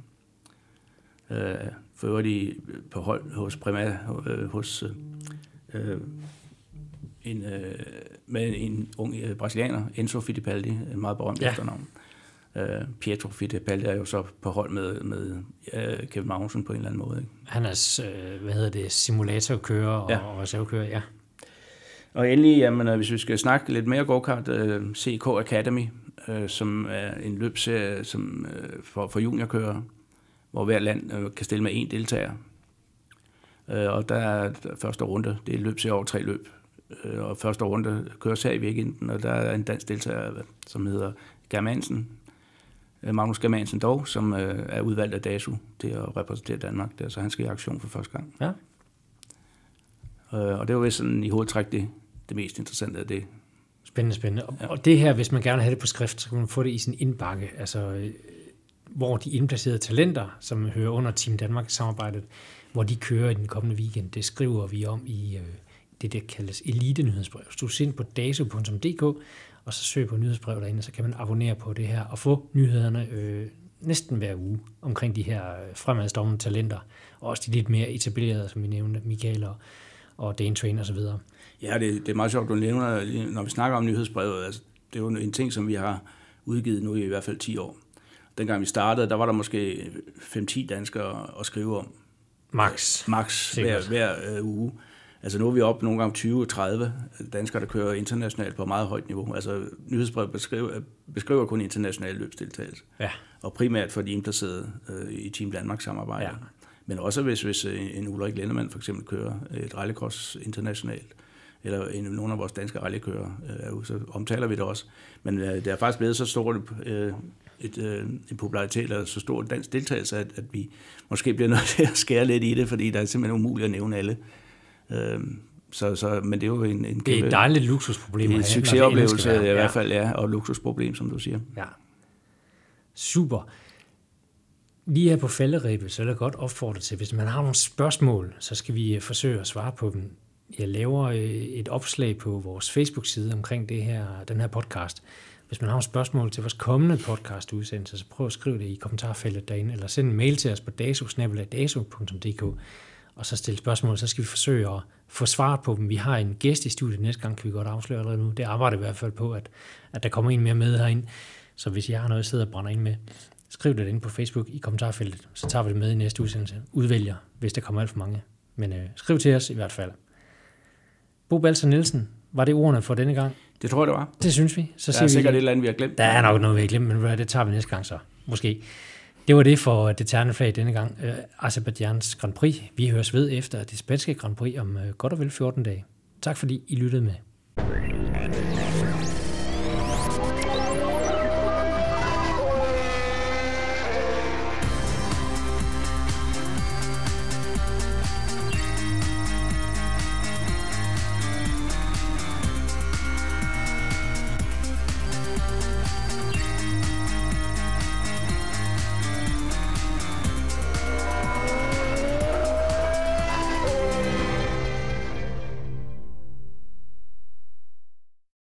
Øh, for øvrigt på hold hos Prima, øh, hos øh, en, øh, med en ung øh, brasilianer, Enzo Fittipaldi, en meget berømt ja. efternavn. Uh, Pietro Fittipaldi er jo så på hold med, med uh, Kevin Magnussen på en eller anden måde. Ikke? Han er, uh, hvad hedder det, simulatorkører og, ja. og reservekører, ja. Og endelig, jamen, uh, hvis vi skal snakke lidt mere go-kart, uh, C K Academy, uh, som er en løbserie som, uh, for, for juniorkørere, hvor hver land uh, kan stille med én deltager. Uh, og der er der første runde, det er en løbserie over tre løb. Uh, og første runde køres her i weekenden, og der er en dansk deltager, som hedder Germansen, Magnus Germansen dog, som øh, er udvalgt af DASU til at repræsentere Danmark der, så han skal i aktion for første gang. Ja. Øh, og det var vist sådan i hovedtræk det, det mest interessante af det. Spændende, spændende. Og, ja. og det her, hvis man gerne vil have det på skrift, så kan man få det i sin indbakke, altså øh, hvor de indplacerede talenter, som hører under Team Danmark-samarbejdet, hvor de kører i den kommende weekend, det skriver vi om i øh, det, der kaldes elite-nyhedsbrev. Så du sind på dasu punktum d k, og så søg på nyhedsbrev derinde, så kan man abonnere på det her og få nyhederne øh, næsten hver uge omkring de her fremadstormende talenter, og også de lidt mere etablerede, som vi nævnte, Michael og, og Dane Train og så videre. Ja, det, det er meget sjovt, du nævner, når vi snakker om nyhedsbrevet, altså, det er jo en ting, som vi har udgivet nu i i hvert fald ti år. Dengang vi startede, der var der måske fem til ti danskere at skrive om, Max. Max hver, hver uh, uge. Altså nu er vi oppe nogle gange tyve til tredive danskere, der kører internationalt på meget højt niveau. Altså nyhedsbrevet beskriver, beskriver kun international løbsdeltagelse. Ja. Og primært for de indplacerede uh, i Team Danmark-samarbejdet. Ja. Men også hvis, hvis en Ulrik Lennemann for eksempel kører et rallycross internationalt, eller en, nogle af vores danske rallykører er ude, så omtaler vi det også. Men uh, det er faktisk blevet så stort uh, et, uh, en popularitet, eller så stor dansk deltagelse, at, at vi måske bliver nødt til at skære lidt i det, fordi der er simpelthen umuligt at nævne alle. Uh, så, så, men det er jo en, en det er et dejligt luksusproblem. Det er en succesoplevelse i hvert fald, ja, og et luksusproblem, som du siger. Ja. Super. Lige her på falderebet, så er det godt opfordret til, hvis man har nogle spørgsmål, så skal vi forsøge at svare på dem. Jeg laver et opslag på vores Facebook-side omkring det her, den her podcast. Hvis man har nogle spørgsmål til vores kommende podcast-udsendelse, så prøv at skrive det i kommentarfeltet derinde, eller send en mail til os på daso snabel-a daso punktum d k, og så stille spørgsmål, så skal vi forsøge at få svar på dem. Vi har en gæst i studiet næste gang, kan vi godt afsløre allerede nu. Det arbejder i hvert fald på, at, at der kommer en mere med herinde. Så hvis I har noget, I sidder og brænder ind med, skriv det inde på Facebook i kommentarfeltet, så tager vi det med i næste udsendelse. Udvælger, hvis der kommer alt for mange. Men øh, skriv til os i hvert fald. Bo Balser Nielsen, var det ordene for denne gang? Det tror jeg, det var. Det synes vi. Så der er vi, sikkert et eller andet, vi har glemt. Der er nok noget, vi har glemt, men det tager vi næste gang så. Måske. Det var det for det terneflag denne gang. Øh, Aserbajdsjans Grand Prix. Vi høres ved efter det spanske Grand Prix om øh, godt og vel fjorten dage. Tak fordi I lyttede med.